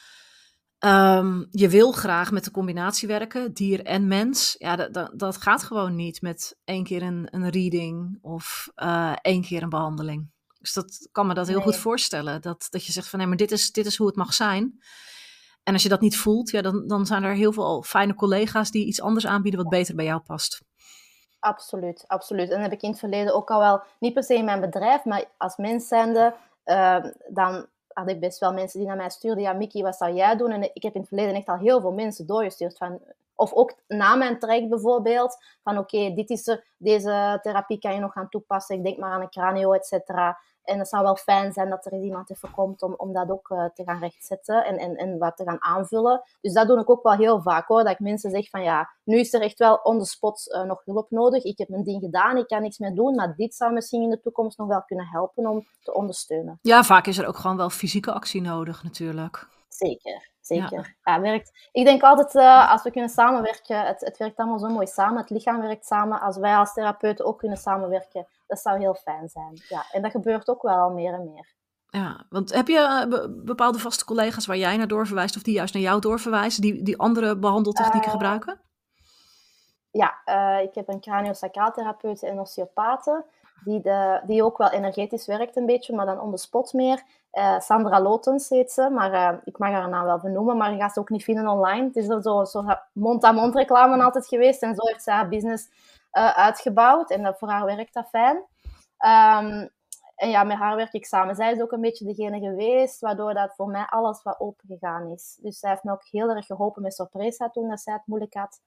Je wil graag met de combinatie werken, dier en mens. Ja, dat gaat gewoon niet met 1 keer een reading of 1 keer een behandeling. Dus dat kan me dat heel goed voorstellen. Dat je zegt van nee, maar dit is hoe het mag zijn. En als je dat niet voelt, ja, dan zijn er heel veel fijne collega's die iets anders aanbieden wat beter bij jou past. Absoluut, absoluut. En dat heb ik in het verleden ook al wel, niet per se in mijn bedrijf, maar als mens zijnde, dan had ik best wel mensen die naar mij stuurden, ja Mickey, wat zou jij doen? En ik heb in het verleden echt al heel veel mensen doorgestuurd van, of ook na mijn traject bijvoorbeeld, van oké, deze therapie kan je nog gaan toepassen, ik denk maar aan een cranio, et cetera. En het zou wel fijn zijn dat er eens iemand even komt om dat ook te gaan rechtzetten en wat te gaan aanvullen. Dus dat doe ik ook wel heel vaak hoor, dat ik mensen zeg van ja, nu is er echt wel on the spot nog hulp nodig. Ik heb mijn ding gedaan, ik kan niks meer doen, maar dit zou misschien in de toekomst nog wel kunnen helpen om te ondersteunen. Ja, vaak is er ook gewoon wel fysieke actie nodig natuurlijk. Zeker. Ja, werkt. Ik denk altijd, als we kunnen samenwerken, het werkt allemaal zo mooi samen. Het lichaam werkt samen. Als wij als therapeuten ook kunnen samenwerken, dat zou heel fijn zijn. Ja, en dat gebeurt ook wel al meer en meer. Ja, want heb je bepaalde vaste collega's waar jij naar doorverwijst of die juist naar jou doorverwijzen, die andere behandeltechnieken gebruiken? Ja, ik heb een craniosacraaltherapeut en osteopaten, die ook wel energetisch werkt een beetje, maar dan on the spot meer. Sandra Lotens heet ze, maar ik mag haar naam wel benoemen, maar je gaat ze ook niet vinden online. Het is er zo mond-aan-mond reclame altijd geweest en zo heeft ze haar business uitgebouwd en voor haar werkt dat fijn. En ja, met haar werk ik samen. Zij is ook een beetje degene geweest, waardoor dat voor mij alles wat open gegaan is. Dus zij heeft me ook heel erg geholpen met Sorpresa toen dat zij het moeilijk had.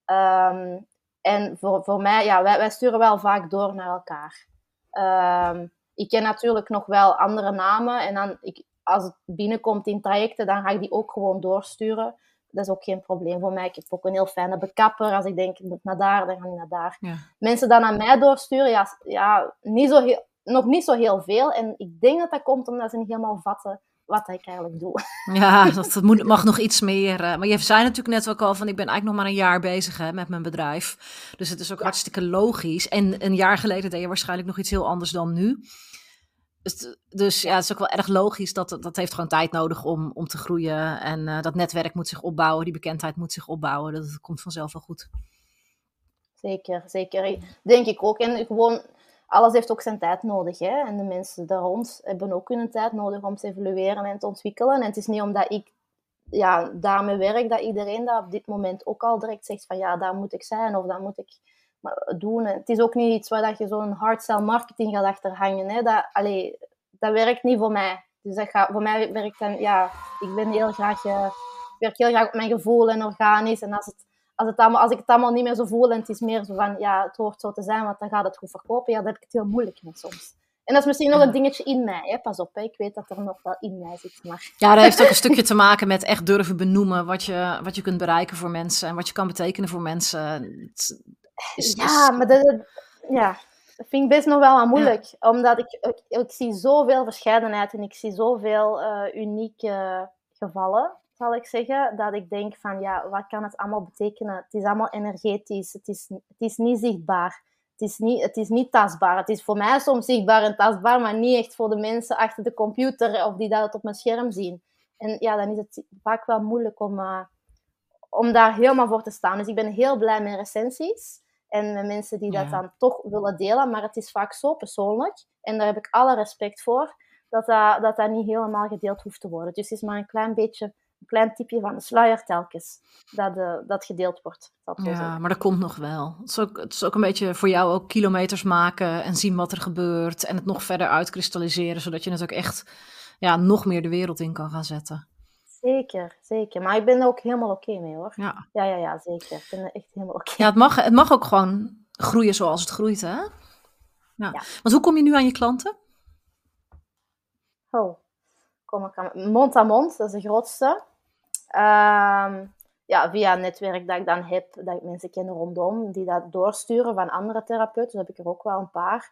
En voor mij, ja, wij sturen wel vaak door naar elkaar. Ik ken natuurlijk nog wel andere namen. En dan, als het binnenkomt in trajecten, dan ga ik die ook gewoon doorsturen. Dat is ook geen probleem voor mij. Ik heb ook een heel fijne bekapper. Als ik denk, ik moet naar daar, dan ga ik naar daar. Ja. Mensen dan naar mij doorsturen, ja nog niet zo heel veel. En ik denk dat komt omdat ze niet helemaal vatten wat ik eigenlijk doe. Ja, dat mag nog iets meer. Maar je zei natuurlijk net ook al van, ik ben eigenlijk nog maar een jaar bezig met mijn bedrijf. Dus het is ook hartstikke logisch. En een jaar geleden deed je waarschijnlijk nog iets heel anders dan nu. Dus ja, het is ook wel erg logisch. Dat heeft gewoon tijd nodig om te groeien. En dat netwerk moet zich opbouwen. Die bekendheid moet zich opbouwen. Dat komt vanzelf wel goed. Zeker. Denk ik ook. En gewoon, alles heeft ook zijn tijd nodig. Hè? En de mensen daar rond hebben ook hun tijd nodig om te evolueren en te ontwikkelen. En het is niet omdat ik daarmee werk, dat iedereen dat op dit moment ook al direct zegt van ja, daar moet ik zijn of dat moet ik doen. En het is ook niet iets waar je zo'n hard sell marketing gaat achter hangen. Hè? Dat werkt niet voor mij. Dus voor mij werkt dan, ja, ik ben heel graag werk heel graag op mijn gevoel en organisch. En als ik het allemaal niet meer zo voel en het is meer zo van, ja, het hoort zo te zijn, want dan gaat het goed verkopen, ja, dan heb ik het heel moeilijk mee soms. En dat is misschien nog een dingetje in mij, hè? Pas op, hè? Ik weet dat er nog wel in mij zit. Maar... Ja, dat heeft ook een stukje te maken met echt durven benoemen wat je kunt bereiken voor mensen en wat je kan betekenen voor mensen. Maar dat vind ik best nog wel wat moeilijk. Ja. Omdat ik zie zoveel verscheidenheid en ik zie zoveel unieke gevallen, zal ik zeggen, dat ik denk van, ja, wat kan het allemaal betekenen? Het is allemaal energetisch, het is niet zichtbaar. Het is niet tastbaar. Het is voor mij soms zichtbaar en tastbaar, maar niet echt voor de mensen achter de computer of die dat op mijn scherm zien. En ja, dan is het vaak wel moeilijk om daar helemaal voor te staan. Dus ik ben heel blij met recensies en met mensen die dat dan toch willen delen, maar het is vaak zo persoonlijk en daar heb ik alle respect voor, dat niet helemaal gedeeld hoeft te worden. Dus het is maar een klein tipje van de sluier telkens dat gedeeld wordt. Ja, maar dat komt nog wel. Het is ook een beetje voor jou ook kilometers maken en zien wat er gebeurt en het nog verder uitkristalliseren, zodat je het ook echt nog meer de wereld in kan gaan zetten. Zeker, zeker. Maar ik ben er ook helemaal oké mee, hoor. Ja, zeker. Ik ben er echt helemaal oké. Ja, het mag ook gewoon groeien zoals het groeit, hè? Ja. Want hoe kom je nu aan je klanten? Kom ik aan mond aan mond, dat is de grootste. Via een netwerk dat ik dan heb, dat ik mensen ken rondom, die dat doorsturen van andere therapeuten. Dus heb ik er ook wel een paar.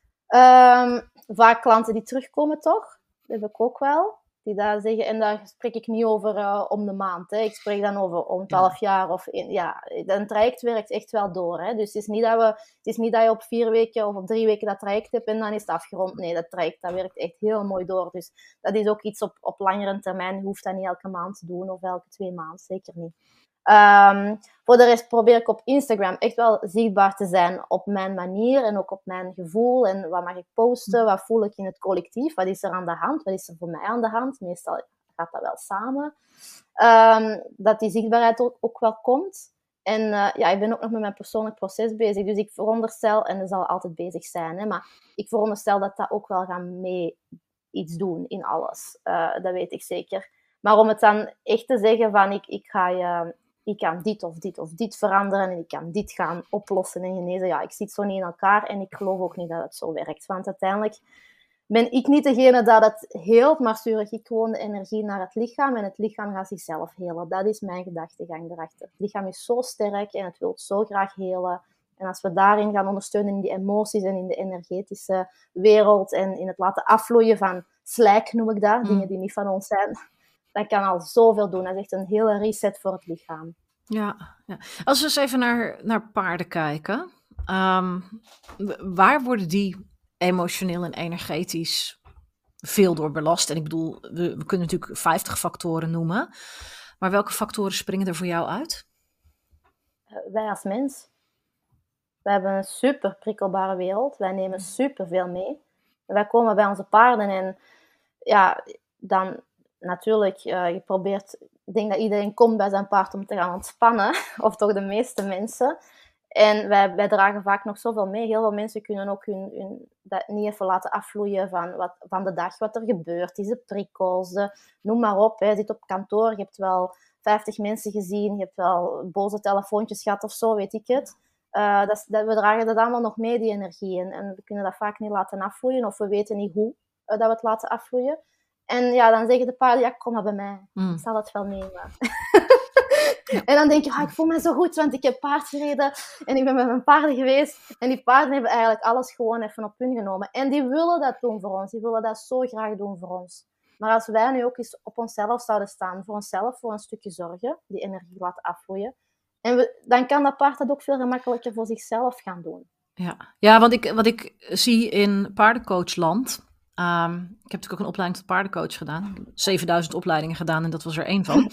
Vaak klanten die terugkomen, toch? Dat heb ik ook wel. Die dat zeggen, en daar spreek ik niet over om de maand. Hè. Ik spreek dan over om 12 jaar. Een traject werkt echt wel door. Hè. Dus het is niet dat je op 4 weken of op 3 weken dat traject hebt en dan is het afgerond. Nee, dat traject dat werkt echt heel mooi door. Dus dat is ook iets op langere termijn. Je hoeft dat niet elke maand te doen of elke 2 maanden. Zeker niet. Voor de rest probeer ik op Instagram echt wel zichtbaar te zijn op mijn manier en ook op mijn gevoel. En wat mag ik posten? Wat voel ik in het collectief? Wat is er aan de hand? Wat is er voor mij aan de hand? Meestal gaat dat wel samen. Dat die zichtbaarheid ook wel komt. En ik ben ook nog met mijn persoonlijk proces bezig. Dus ik veronderstel, en dat zal altijd bezig zijn, hè, maar ik veronderstel dat ook wel gaat mee iets doen in alles. Dat weet ik zeker. Maar om het dan echt te zeggen van ik kan dit of dit of dit veranderen en ik kan dit gaan oplossen en genezen. Ja, ik zit zo niet in elkaar en ik geloof ook niet dat het zo werkt. Want uiteindelijk ben ik niet degene dat het heelt, maar stuur ik gewoon de energie naar het lichaam en het lichaam gaat zichzelf helen. Dat is mijn gedachtegang erachter. Het lichaam is zo sterk en het wil zo graag helen. En als we daarin gaan ondersteunen in die emoties en in de energetische wereld en in het laten afvloeien van slijk, noem ik dat, dingen die niet van ons zijn, dat kan al zoveel doen. Dat is echt een hele reset voor het lichaam. Ja. Als we eens even naar paarden kijken. Waar worden die emotioneel en energetisch veel door belast? En ik bedoel, we kunnen natuurlijk 50 factoren noemen. Maar welke factoren springen er voor jou uit? Wij als mens. We hebben een super prikkelbare wereld. Wij nemen super veel mee. Wij komen bij onze paarden en dan natuurlijk, je probeert, ik denk dat iedereen komt bij zijn paard om te gaan ontspannen, of toch de meeste mensen. En wij dragen vaak nog zoveel mee. Heel veel mensen kunnen ook dat niet even laten afvloeien van de dag, wat er gebeurt is, de prikkels, noem maar op. Hè. Je zit op kantoor, je hebt wel 50 mensen gezien, je hebt wel boze telefoontjes gehad of zo, weet ik het. We dragen dat allemaal nog mee, die energie. En we kunnen dat vaak niet laten afvloeien, of we weten niet hoe dat we het laten afvloeien. En dan zeggen de paarden, kom maar bij mij. Ik zal het wel nemen. En dan denk je, ik voel me zo goed, want ik heb paard gereden en ik ben met mijn paarden geweest. En die paarden hebben eigenlijk alles gewoon even op hun genomen. En die willen dat doen voor ons. Die willen dat zo graag doen voor ons. Maar als wij nu ook eens op onszelf zouden staan, voor onszelf, voor een stukje zorgen, die energie laten afvloeien, dan kan dat paard dat ook veel gemakkelijker voor zichzelf gaan doen. Ja, wat ik zie in paardencoachland. Ik heb natuurlijk ook een opleiding tot paardencoach gedaan. 7000 opleidingen gedaan en dat was er 1 van.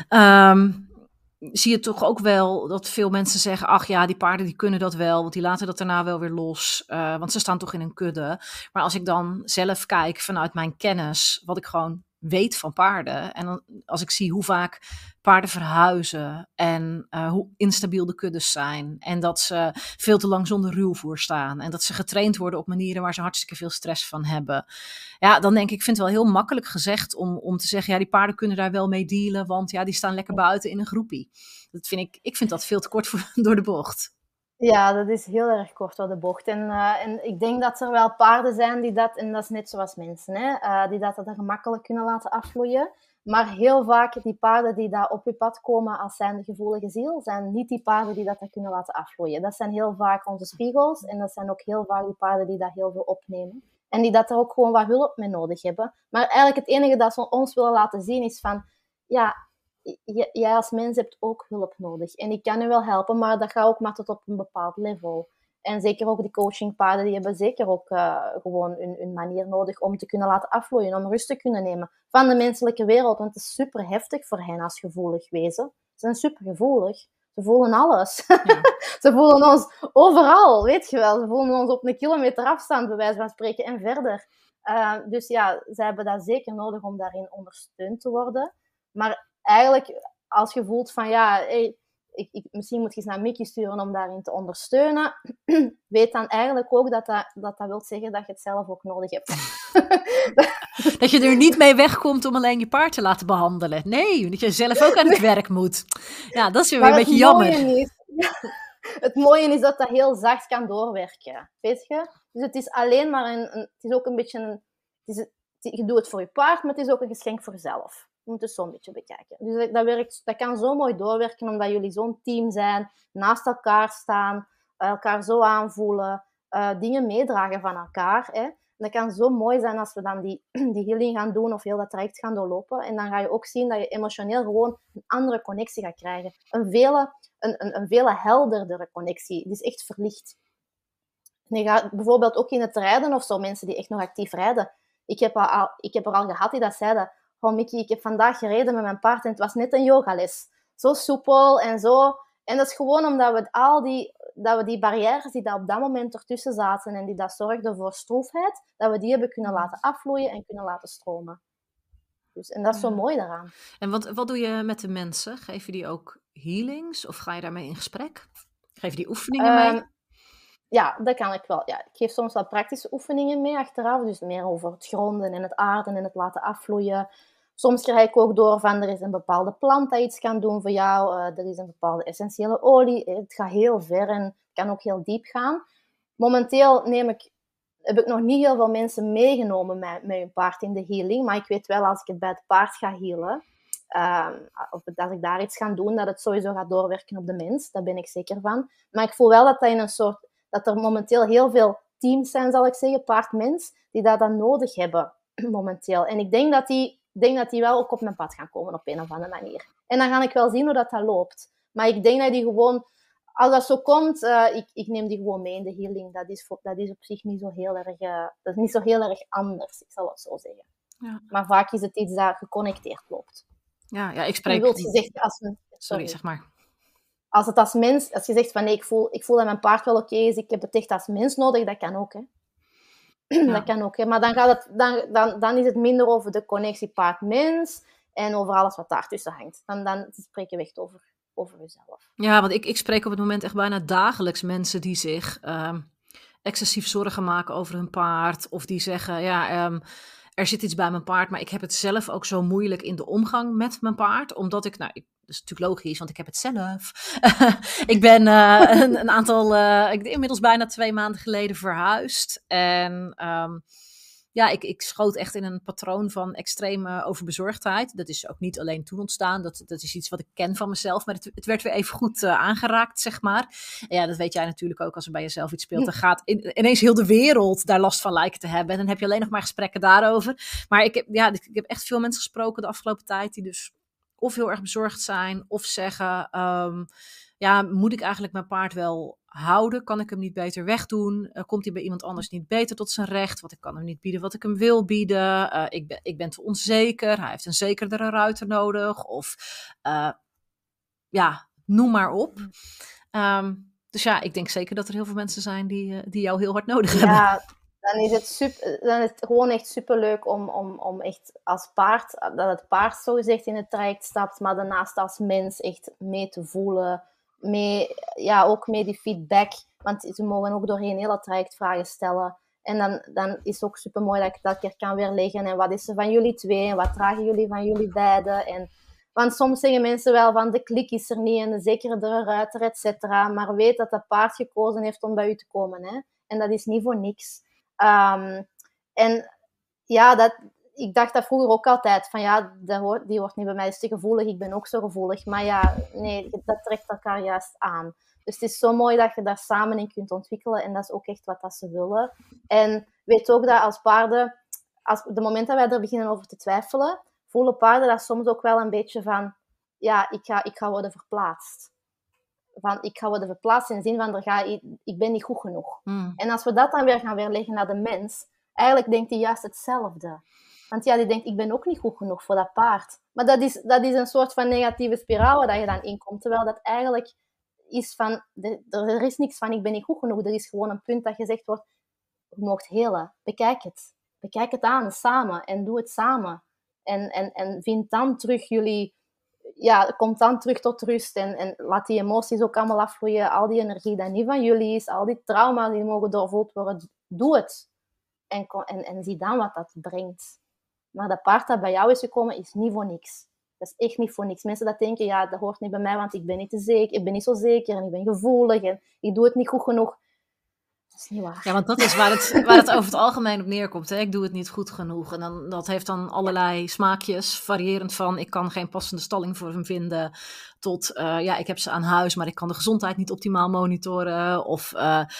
Zie je toch ook wel dat veel mensen zeggen, ach ja, die paarden die kunnen dat wel, want die laten dat daarna wel weer los, want ze staan toch in een kudde. Maar als ik dan zelf kijk vanuit mijn kennis, wat ik gewoon weet van paarden. En dan, als ik zie hoe vaak paarden verhuizen en hoe instabiel de kuddes zijn. En dat ze veel te lang zonder ruwvoer staan. En dat ze getraind worden op manieren waar ze hartstikke veel stress van hebben. Ja, dan denk ik, vind het wel heel makkelijk gezegd om te zeggen, ja, die paarden kunnen daar wel mee dealen, want ja, die staan lekker buiten in een groepie. Ik vind dat veel te kort door de bocht. Ja, dat is heel erg kort door de bocht. En ik denk dat er wel paarden zijn die dat, en dat is net zoals mensen, die dat er gemakkelijk kunnen laten afvloeien. Maar heel vaak die paarden die daar op je pad komen als zijnde gevoelige ziel, zijn niet die paarden die dat er kunnen laten afvloeien. Dat zijn heel vaak onze spiegels en dat zijn ook heel vaak die paarden die daar heel veel opnemen. En die dat er ook gewoon wat hulp mee nodig hebben. Maar eigenlijk het enige dat ze ons willen laten zien is van, ja, jij als mens hebt ook hulp nodig. En ik kan je wel helpen, maar dat gaat ook maar tot op een bepaald level. En zeker ook die coachingpaden, die hebben zeker ook gewoon hun manier nodig om te kunnen laten afvloeien, om rust te kunnen nemen van de menselijke wereld. Want het is super heftig voor hen als gevoelig wezen. Ze zijn super gevoelig. Ze voelen alles. Ja. Ze voelen ons overal, weet je wel. Ze voelen ons op een kilometer afstand, bij wijze van spreken, en verder. Dus ja, ze hebben dat zeker nodig om daarin ondersteund te worden. Maar eigenlijk, als je voelt van ja, hey, misschien moet je eens naar Mickey sturen om daarin te ondersteunen, weet dan eigenlijk ook dat wil zeggen dat je het zelf ook nodig hebt. Dat je er niet mee wegkomt om alleen je paard te laten behandelen. Nee, dat je zelf ook aan het werk moet. Ja, dat is weer een beetje jammer. Het mooie is dat dat heel zacht kan doorwerken, weet je? Dus het is alleen maar het is ook een beetje je doet het voor je paard, maar het is ook een geschenk voor jezelf. Je moet het zo een beetje bekijken. Dus dat kan zo mooi doorwerken, omdat jullie zo'n team zijn, naast elkaar staan, elkaar zo aanvoelen, dingen meedragen van elkaar. Hè. Dat kan zo mooi zijn als we dan die healing gaan doen of heel dat traject gaan doorlopen. En dan ga je ook zien dat je emotioneel gewoon een andere connectie gaat krijgen. Een veel helderdere connectie. Die is echt verlicht. En je gaat bijvoorbeeld ook in het rijden of zo, mensen die echt nog actief rijden. Ik heb er al gehad die dat zeiden, oh Mickey, ik heb vandaag gereden met mijn paard en het was net een yogales. Zo soepel en zo. En dat is gewoon omdat we die barrières die daar op dat moment ertussen zaten en die dat zorgden voor stroefheid, dat we die hebben kunnen laten afvloeien en kunnen laten stromen. Dus, en dat is zo mooi daaraan. En wat doe je met de mensen? Geef je die ook healings of ga je daarmee in gesprek? Geef je die oefeningen mee? Ja, dat kan ik wel. Ja, ik geef soms wat praktische oefeningen mee achteraf. Dus meer over het gronden en het aarden en het laten afvloeien. Soms krijg ik ook door van er is een bepaalde plant dat iets kan doen voor jou. Er is een bepaalde essentiële olie. Het gaat heel ver en kan ook heel diep gaan. Momenteel heb ik nog niet heel veel mensen meegenomen met hun paard in de healing. Maar ik weet wel, als ik het bij het paard ga healen, of als ik daar iets ga doen, dat het sowieso gaat doorwerken op de mens. Daar ben ik zeker van. Maar ik voel wel dat er momenteel heel veel teams zijn, zal ik zeggen, paard-mens, die dat dan nodig hebben momenteel. En ik denk dat die wel ook op mijn pad gaan komen op een of andere manier. En dan ga ik wel zien hoe dat loopt. Maar ik denk dat die gewoon, als dat zo komt, ik neem die gewoon mee in de healing. Dat is op zich niet zo heel erg, dat is niet zo heel erg anders, ik zal het zo zeggen. Ja. Maar vaak is het iets dat geconnecteerd loopt. Ja, ik spreek... Sorry, zeg maar. Als je zegt van nee, ik voel dat mijn paard wel oké is, ik heb het echt als mens nodig, dat kan ook, hè. Ja. Dat kan ook, hè. Maar dan is het minder over de connectie paard-mens en over alles wat daartussen hangt. Dan spreek je echt over jezelf. Ja, want ik spreek op het moment echt bijna dagelijks mensen die zich excessief zorgen maken over hun paard. Of die zeggen, er zit iets bij mijn paard, maar ik heb het zelf ook zo moeilijk in de omgang met mijn paard. Omdat dat is natuurlijk logisch, want ik heb het zelf. Ik ben inmiddels bijna 2 maanden geleden verhuisd. En ik schoot echt in een patroon van extreme overbezorgdheid. Dat is ook niet alleen toen ontstaan. Dat is iets wat ik ken van mezelf. Maar het werd weer even goed aangeraakt, zeg maar. En ja, dat weet jij natuurlijk ook als er bij jezelf iets speelt. Dan gaat ineens heel de wereld daar last van lijken te hebben. En dan heb je alleen nog maar gesprekken daarover. Maar ik heb echt veel mensen gesproken de afgelopen tijd die dus of heel erg bezorgd zijn of zeggen, moet ik eigenlijk mijn paard wel houden? Kan ik hem niet beter wegdoen? Komt hij bij iemand anders niet beter tot zijn recht? Want ik kan hem niet bieden wat ik hem wil bieden. Ik ben te onzeker. Hij heeft een zekerdere ruiter nodig. Of noem maar op. Dus ik denk zeker dat er heel veel mensen zijn die jou heel hard nodig hebben. Dan is het gewoon echt superleuk om echt als paard, dat het paard zogezegd in het traject stapt, maar daarnaast als mens echt mee te voelen, ook mee die feedback, want ze mogen ook doorheen heel het traject vragen stellen. En dan is het ook super mooi dat ik dat keer kan weerleggen. En wat is er van jullie twee? En wat dragen jullie van jullie beiden? Want soms zeggen mensen wel van de klik is er niet en de zekere ruiter, et cetera. Maar weet dat dat paard gekozen heeft om bij u te komen. Hè? En dat is niet voor niks. En ja, ik dacht dat vroeger ook altijd. Van ja, die hoort niet bij mij, is te gevoelig. Ik ben ook zo gevoelig. Maar ja, nee, dat trekt elkaar juist aan. Dus het is zo mooi dat je daar samen in kunt ontwikkelen. En dat is ook echt wat dat ze willen. En weet ook dat als paarden, de moment dat wij er beginnen over te twijfelen, voelen paarden dat soms ook wel een beetje van, ja, ik ga worden verplaatst. Ik ga worden verplaatst in de zin van, ik ben niet goed genoeg. En als we dat dan weer gaan weerleggen naar de mens, eigenlijk denkt hij juist hetzelfde. Want ja, die denkt, ik ben ook niet goed genoeg voor dat paard. Maar dat is een soort van negatieve spiraal waar je dan in komt. Terwijl dat eigenlijk is van, er is niks van, ik ben niet goed genoeg. Er is gewoon een punt dat gezegd wordt, je mag helen. Bekijk het. Bekijk het aan, samen. En doe het samen. En vind dan terug kom dan terug tot rust en laat die emoties ook allemaal afvloeien. Al die energie die niet van jullie is, al die trauma's die mogen doorvoeld worden, doe het. En zie dan wat dat brengt. Maar dat paard dat bij jou is gekomen, is niet voor niks. Dat is echt niet voor niks. Mensen dat denken, ja, dat hoort niet bij mij, want ik ben niet te zeker, ik ben niet zo zeker en ik ben gevoelig en ik doe het niet goed genoeg. Dat is niet waar. Ja, want dat is waar het over het algemeen op neerkomt. Hè? Ik doe het niet goed genoeg. En dat heeft dan allerlei smaakjes, variërend van ik kan geen passende stalling voor hem vinden, tot ik heb ze aan huis, maar ik kan de gezondheid niet optimaal monitoren. Of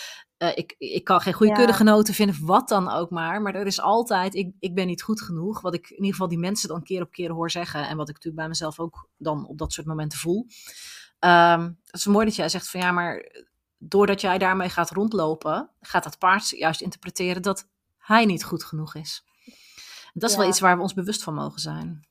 ik kan geen goede kuddegenoten vinden, wat dan ook maar. Maar er is altijd, ik ben niet goed genoeg. Wat ik in ieder geval die mensen dan keer op keer hoor zeggen. En wat ik natuurlijk bij mezelf ook dan op dat soort momenten voel. Het is mooi dat jij zegt van ja, maar doordat jij daarmee gaat rondlopen, gaat dat paard juist interpreteren dat hij niet goed genoeg is. Dat is wel iets waar we ons bewust van mogen zijn.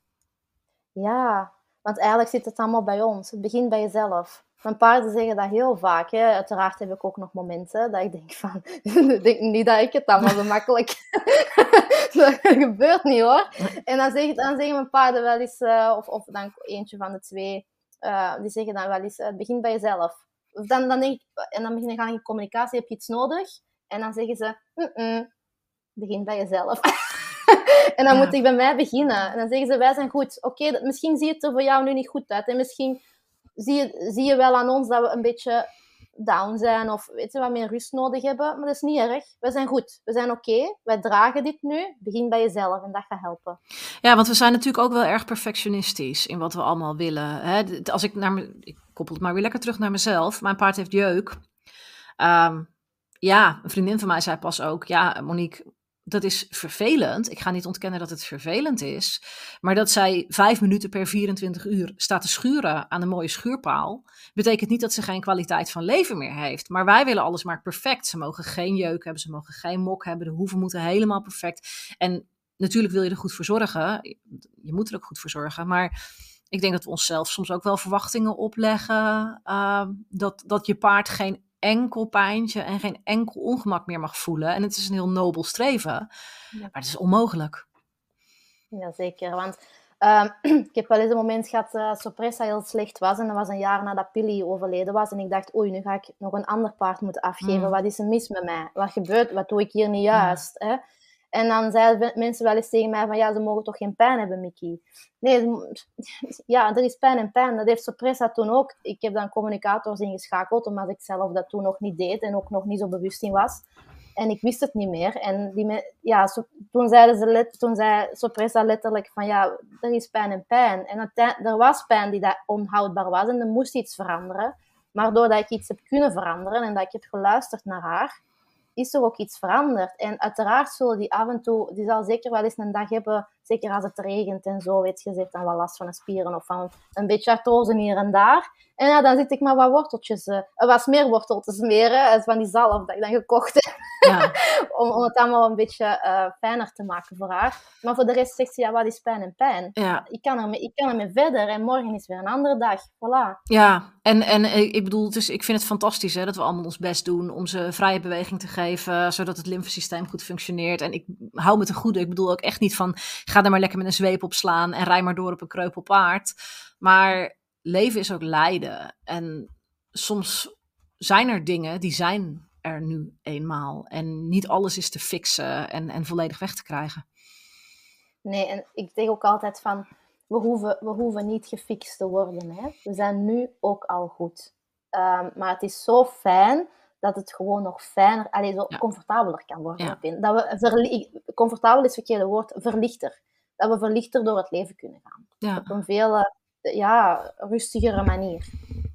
Ja, want eigenlijk zit het allemaal bij ons. Het begint bij jezelf. Mijn paarden zeggen dat heel vaak. Hè. Uiteraard heb ik ook nog momenten dat ik denk van, niet dat ik het allemaal zo makkelijk. Dat gebeurt niet hoor. En dan zeggen mijn paarden wel eens, of dan eentje van de twee, die zeggen dan wel eens, het begint bij jezelf. Dan denk ik, en dan begin ik in communicatie, heb je iets nodig? En dan zeggen ze, begin bij jezelf. En dan moet ik bij mij beginnen. En dan zeggen ze, wij zijn goed. Oké, misschien zie het er voor jou nu niet goed uit. En misschien zie je wel aan ons dat we een beetje down zijn. Of weet je, wat meer rust nodig hebben. Maar dat is niet erg. We zijn goed. We zijn oké. Wij dragen dit nu. Begin bij jezelf. En dat gaat helpen. Ja, want we zijn natuurlijk ook wel erg perfectionistisch in wat we allemaal willen. Hè? Als ik koppel het maar weer lekker terug naar mezelf. Mijn paard heeft jeuk. Een vriendin van mij zei pas ook, ja, Monique, dat is vervelend. Ik ga niet ontkennen dat het vervelend is. Maar dat zij 5 minuten per 24 uur staat te schuren aan een mooie schuurpaal, betekent niet dat ze geen kwaliteit van leven meer heeft. Maar wij willen alles maar perfect. Ze mogen geen jeuk hebben, ze mogen geen mok hebben. De hoeven moeten helemaal perfect. En natuurlijk wil je er goed voor zorgen. Je moet er ook goed voor zorgen. Maar ik denk dat we onszelf soms ook wel verwachtingen opleggen. Dat je paard geen enkel pijntje en geen enkel ongemak meer mag voelen. En het is een heel nobel streven, maar het is onmogelijk. Jazeker, want ik heb wel eens een moment gehad dat Sorpresa heel slecht was. En dat was een jaar nadat Pilly overleden was. En ik dacht, oei, nu ga ik nog een ander paard moeten afgeven. Wat is er mis met mij? Wat gebeurt? Wat doe ik hier niet juist? Hè? En dan zeiden mensen wel eens tegen mij van, ja, ze mogen toch geen pijn hebben, Mickey? Nee, ja, er is pijn en pijn. Dat heeft Sorpresa toen ook. Ik heb dan communicators ingeschakeld, omdat ik zelf dat toen nog niet deed en ook nog niet zo bewust in was. En ik wist het niet meer. En toen zei Sorpresa letterlijk van, ja, er is pijn en pijn. En er was pijn die dat onhoudbaar was en er moest iets veranderen. Maar doordat ik iets heb kunnen veranderen en dat ik heb geluisterd naar haar, is er ook iets veranderd. En uiteraard zullen die af en toe, die zal zeker wel eens een dag hebben, zeker als het regent en zo, weet je, heeft dan wel last van de spieren of van een beetje artrose hier en daar. En ja, dan zit ik maar wat worteltjes, wat smeerwortel te smeren, van die zalf dat ik dan gekocht heb. Ja. om het allemaal een beetje fijner te maken voor haar. Maar voor de rest zegt ze, ja, wat is pijn en pijn? Ja. Ik kan ermee verder en morgen is weer een andere dag. Voilà. Ja, en ik bedoel, dus ik vind het fantastisch hè, dat we allemaal ons best doen om ze vrije beweging te geven, zodat het lymfesysteem goed functioneert. En ik hou me ten goede. Ik bedoel ook echt niet van, ga er maar lekker met een zweep op slaan en rij maar door op een kreupelpaard. Maar leven is ook lijden. En soms zijn er dingen die zijn er nu eenmaal. En niet alles is te fixen en volledig weg te krijgen. Nee, en ik zeg ook altijd van, we hoeven niet gefixt te worden. Hè? We zijn nu ook al goed. Maar het is zo fijn dat het gewoon nog fijner, comfortabeler kan worden. Ja. Dat comfortabel is het verkeerde woord, verlichter. Dat we verlichter door het leven kunnen gaan. Ja. Op een veel rustigere manier.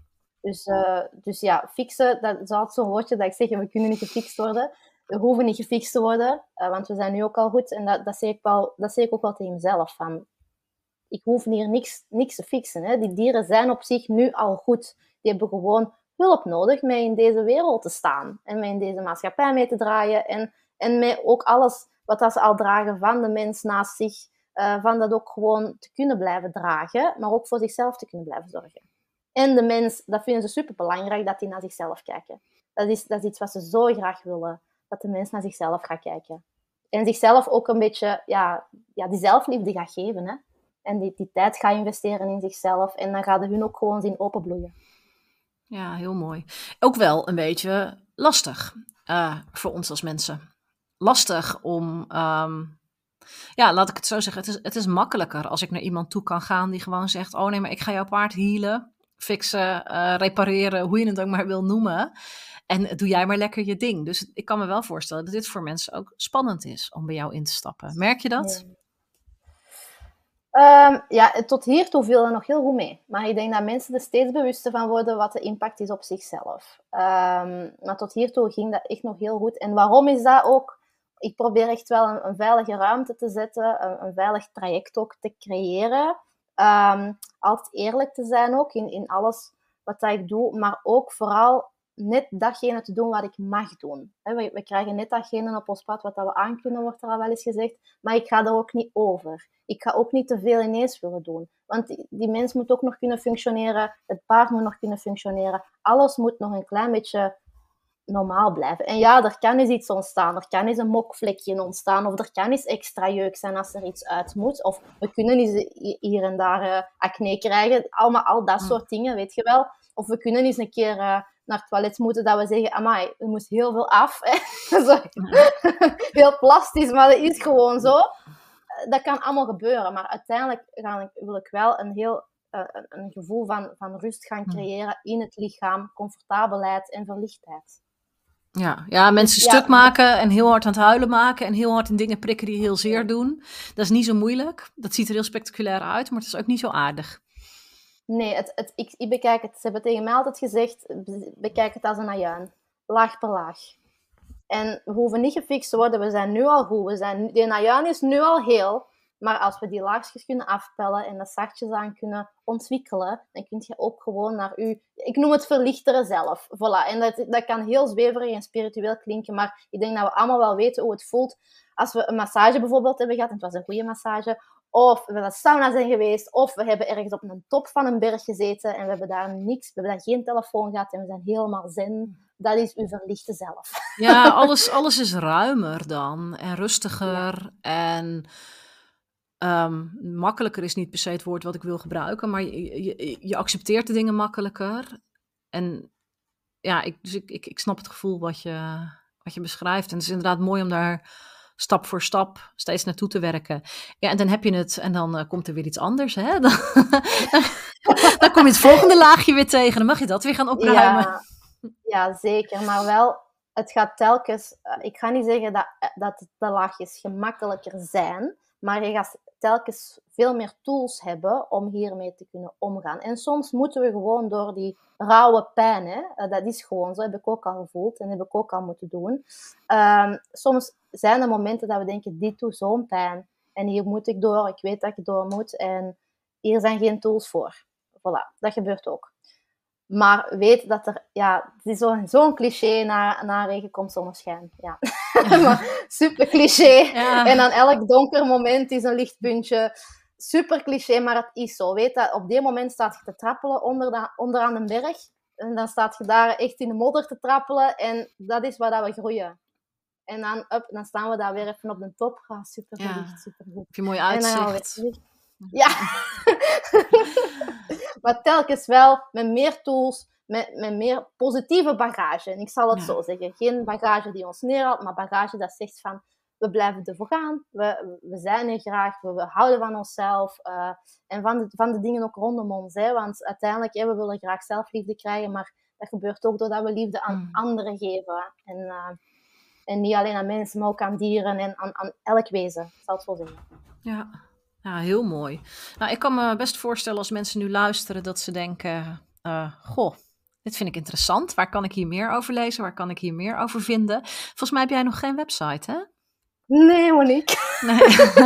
Dus ja, fixen, dat is altijd zo'n woordje dat ik zeg, we kunnen niet gefixt worden. We hoeven niet gefixt te worden, want we zijn nu ook al goed. En dat zeg ik ook wel tegen mezelf. Van, ik hoef hier niks te fixen. Hè. Die dieren zijn op zich nu al goed. Die hebben gewoon hulp nodig mee in deze wereld te staan. En mee in deze maatschappij mee te draaien. En met ook alles wat ze al dragen van de mens naast zich. Van dat ook gewoon te kunnen blijven dragen. Maar ook voor zichzelf te kunnen blijven zorgen. En de mens, dat vinden ze superbelangrijk, dat die naar zichzelf kijken. Dat is iets wat ze zo graag willen. Dat de mens naar zichzelf gaat kijken. En zichzelf ook een beetje, die zelfliefde gaat geven. Hè? En die tijd gaat investeren in zichzelf. En dan gaat de hun ook gewoon zien openbloeien. Ja, heel mooi. Ook wel een beetje lastig voor ons als mensen. Lastig om, laat ik het zo zeggen. Het is makkelijker als ik naar iemand toe kan gaan die gewoon zegt, oh nee, maar ik ga jouw paard healen, fixen, repareren, hoe je het ook maar wil noemen. En doe jij maar lekker je ding. Dus ik kan me wel voorstellen dat dit voor mensen ook spannend is om bij jou in te stappen. Merk je dat? Tot hiertoe viel er nog heel goed mee. Maar ik denk dat mensen er steeds bewuster van worden wat de impact is op zichzelf. Maar tot hiertoe ging dat echt nog heel goed. En waarom is dat ook? Ik probeer echt wel een veilige ruimte te zetten, een veilig traject ook te creëren. Altijd eerlijk te zijn ook in alles wat ik doe, maar ook vooral net datgene te doen wat ik mag doen. We krijgen net datgene op ons pad wat we aankunnen, wordt er al wel eens gezegd, maar ik ga er ook niet over. Ik ga ook niet te veel ineens willen doen. Want die mens moet ook nog kunnen functioneren, het paard moet nog kunnen functioneren, alles moet nog een klein beetje normaal blijven. En ja, er kan eens iets ontstaan, er kan eens een mokvlekje ontstaan, of er kan eens extra jeuk zijn als er iets uit moet, of we kunnen eens hier en daar acne krijgen, al dat soort dingen, weet je wel. Of we kunnen eens een keer naar het toilet moeten, dat we zeggen, amai, er moest heel veel af. Zo, heel plastisch, maar dat is gewoon zo. Dat kan allemaal gebeuren, maar uiteindelijk wil ik wel een gevoel van rust gaan creëren in het lichaam, comfortabelheid en verlichtheid. Ja, mensen stuk maken en heel hard aan het huilen maken en heel hard in dingen prikken die heel zeer doen. Dat is niet zo moeilijk. Dat ziet er heel spectaculair uit, maar het is ook niet zo aardig. Nee, ik bekijk het. Ze hebben tegen mij altijd gezegd, bekijk het als een ajuin. Laag per laag. En we hoeven niet gefixt te worden, we zijn nu al goed. Die ajuin is nu al heel, maar als we die laagjes kunnen afpellen en dat zachtjes aan kunnen ontwikkelen, dan kun je ook gewoon naar ik noem het verlichteren zelf. Voilà. En dat kan heel zweverig en spiritueel klinken, maar ik denk dat we allemaal wel weten hoe het voelt. Als we een massage bijvoorbeeld hebben gehad, en het was een goede massage, of we naar de sauna zijn geweest, of we hebben ergens op een top van een berg gezeten en we hebben daar geen telefoon gehad en we zijn helemaal zen. Dat is uw verlichte zelf. Ja, alles is ruimer dan en rustiger en makkelijker is niet per se het woord wat ik wil gebruiken, maar je accepteert de dingen makkelijker. En ja, ik snap het gevoel wat je beschrijft. En het is inderdaad mooi om daar stap voor stap steeds naartoe te werken. Ja, en dan heb je het en dan komt er weer iets anders. Hè? Dan kom je het volgende laagje weer tegen. Dan mag je dat weer gaan opruimen. Ja, zeker. Maar wel, het gaat telkens... ik ga niet zeggen dat de laagjes gemakkelijker zijn, maar je gaat telkens veel meer tools hebben om hiermee te kunnen omgaan. En soms moeten we gewoon door die rauwe pijn, hè, dat is gewoon zo, heb ik ook al gevoeld en heb ik ook al moeten doen. Soms zijn er momenten dat we denken, dit doet zo'n pijn. En hier moet ik door, ik weet dat ik door moet. En hier zijn geen tools voor. Voilà, dat gebeurt ook. Maar weet dat er, ja, het is zo'n cliché, na regen komt zonneschijn. Ja. Maar super cliché. Ja. En aan elk donker moment is een lichtpuntje. Super cliché, maar het is zo. Weet dat, op die moment staat je te trappelen onderaan een berg. En dan staat je daar echt in de modder te trappelen. En dat is waar we groeien. En dan staan we daar weer even op de top. Ah, super verlicht, super goed. Heb je mooi uitzicht. Ja. Maar telkens wel met meer tools, met meer positieve bagage. En ik zal het zo zeggen. Geen bagage die ons neerhaalt, maar bagage dat zegt van, we blijven ervoor gaan. We zijn er graag. We houden van onszelf. En van de dingen ook rondom ons. Hè. Want uiteindelijk, we willen graag zelfliefde krijgen. Maar dat gebeurt ook doordat we liefde aan anderen geven. En niet alleen aan mensen, maar ook aan dieren en aan elk wezen. Ik zal het zo zeggen. Ja, heel mooi. Nou, ik kan me best voorstellen als mensen nu luisteren dat ze denken, goh, dit vind ik interessant. Waar kan ik hier meer over lezen? Waar kan ik hier meer over vinden? Volgens mij heb jij nog geen website, hè? Nee, Monique. Nee.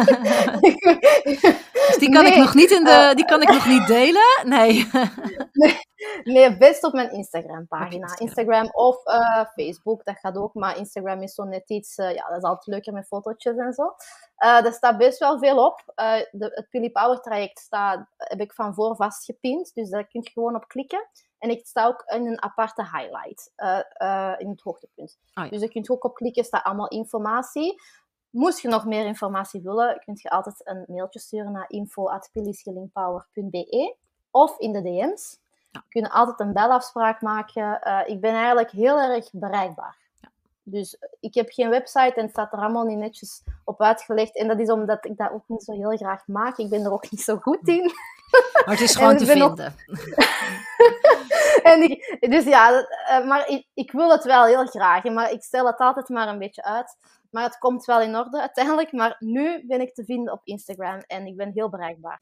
Dus die kan ik nog niet die kan ik nog niet delen? Nee. Nee, best op mijn Instagram-pagina. Instagram of Facebook, dat gaat ook. Maar Instagram is zo net iets, dat is altijd leuker met fotootjes en zo. Er staat best wel veel op. Het Pili Power traject heb ik van voor vastgepind. Dus daar kun je gewoon op klikken. En ik sta ook in een aparte highlight in het hoogtepunt. Oh ja. Dus daar kun je ook op klikken, staat allemaal informatie. Moest je nog meer informatie willen, kun je altijd een mailtje sturen naar info@pilishealingpower.be of in de DM's. Ja. We kunnen altijd een belafspraak maken. Ik ben eigenlijk heel erg bereikbaar. Ja. Dus ik heb geen website en het staat er allemaal niet netjes op uitgelegd. En dat is omdat ik dat ook niet zo heel graag maak. Ik ben er ook niet zo goed in. Maar het is gewoon te vinden. Maar ik wil het wel heel graag. Maar ik stel het altijd maar een beetje uit. Maar het komt wel in orde uiteindelijk. Maar nu ben ik te vinden op Instagram en ik ben heel bereikbaar.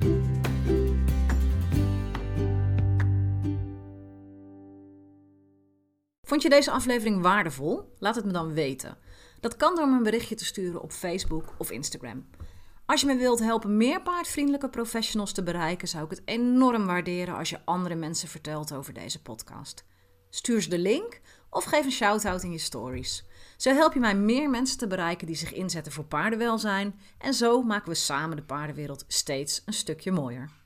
Vond je deze aflevering waardevol? Laat het me dan weten. Dat kan door me een berichtje te sturen op Facebook of Instagram. Als je me wilt helpen meer paardvriendelijke professionals te bereiken, zou ik het enorm waarderen als je andere mensen vertelt over deze podcast. Stuur ze de link of geef een shout-out in je stories. Zo help je mij meer mensen te bereiken die zich inzetten voor paardenwelzijn en zo maken we samen de paardenwereld steeds een stukje mooier.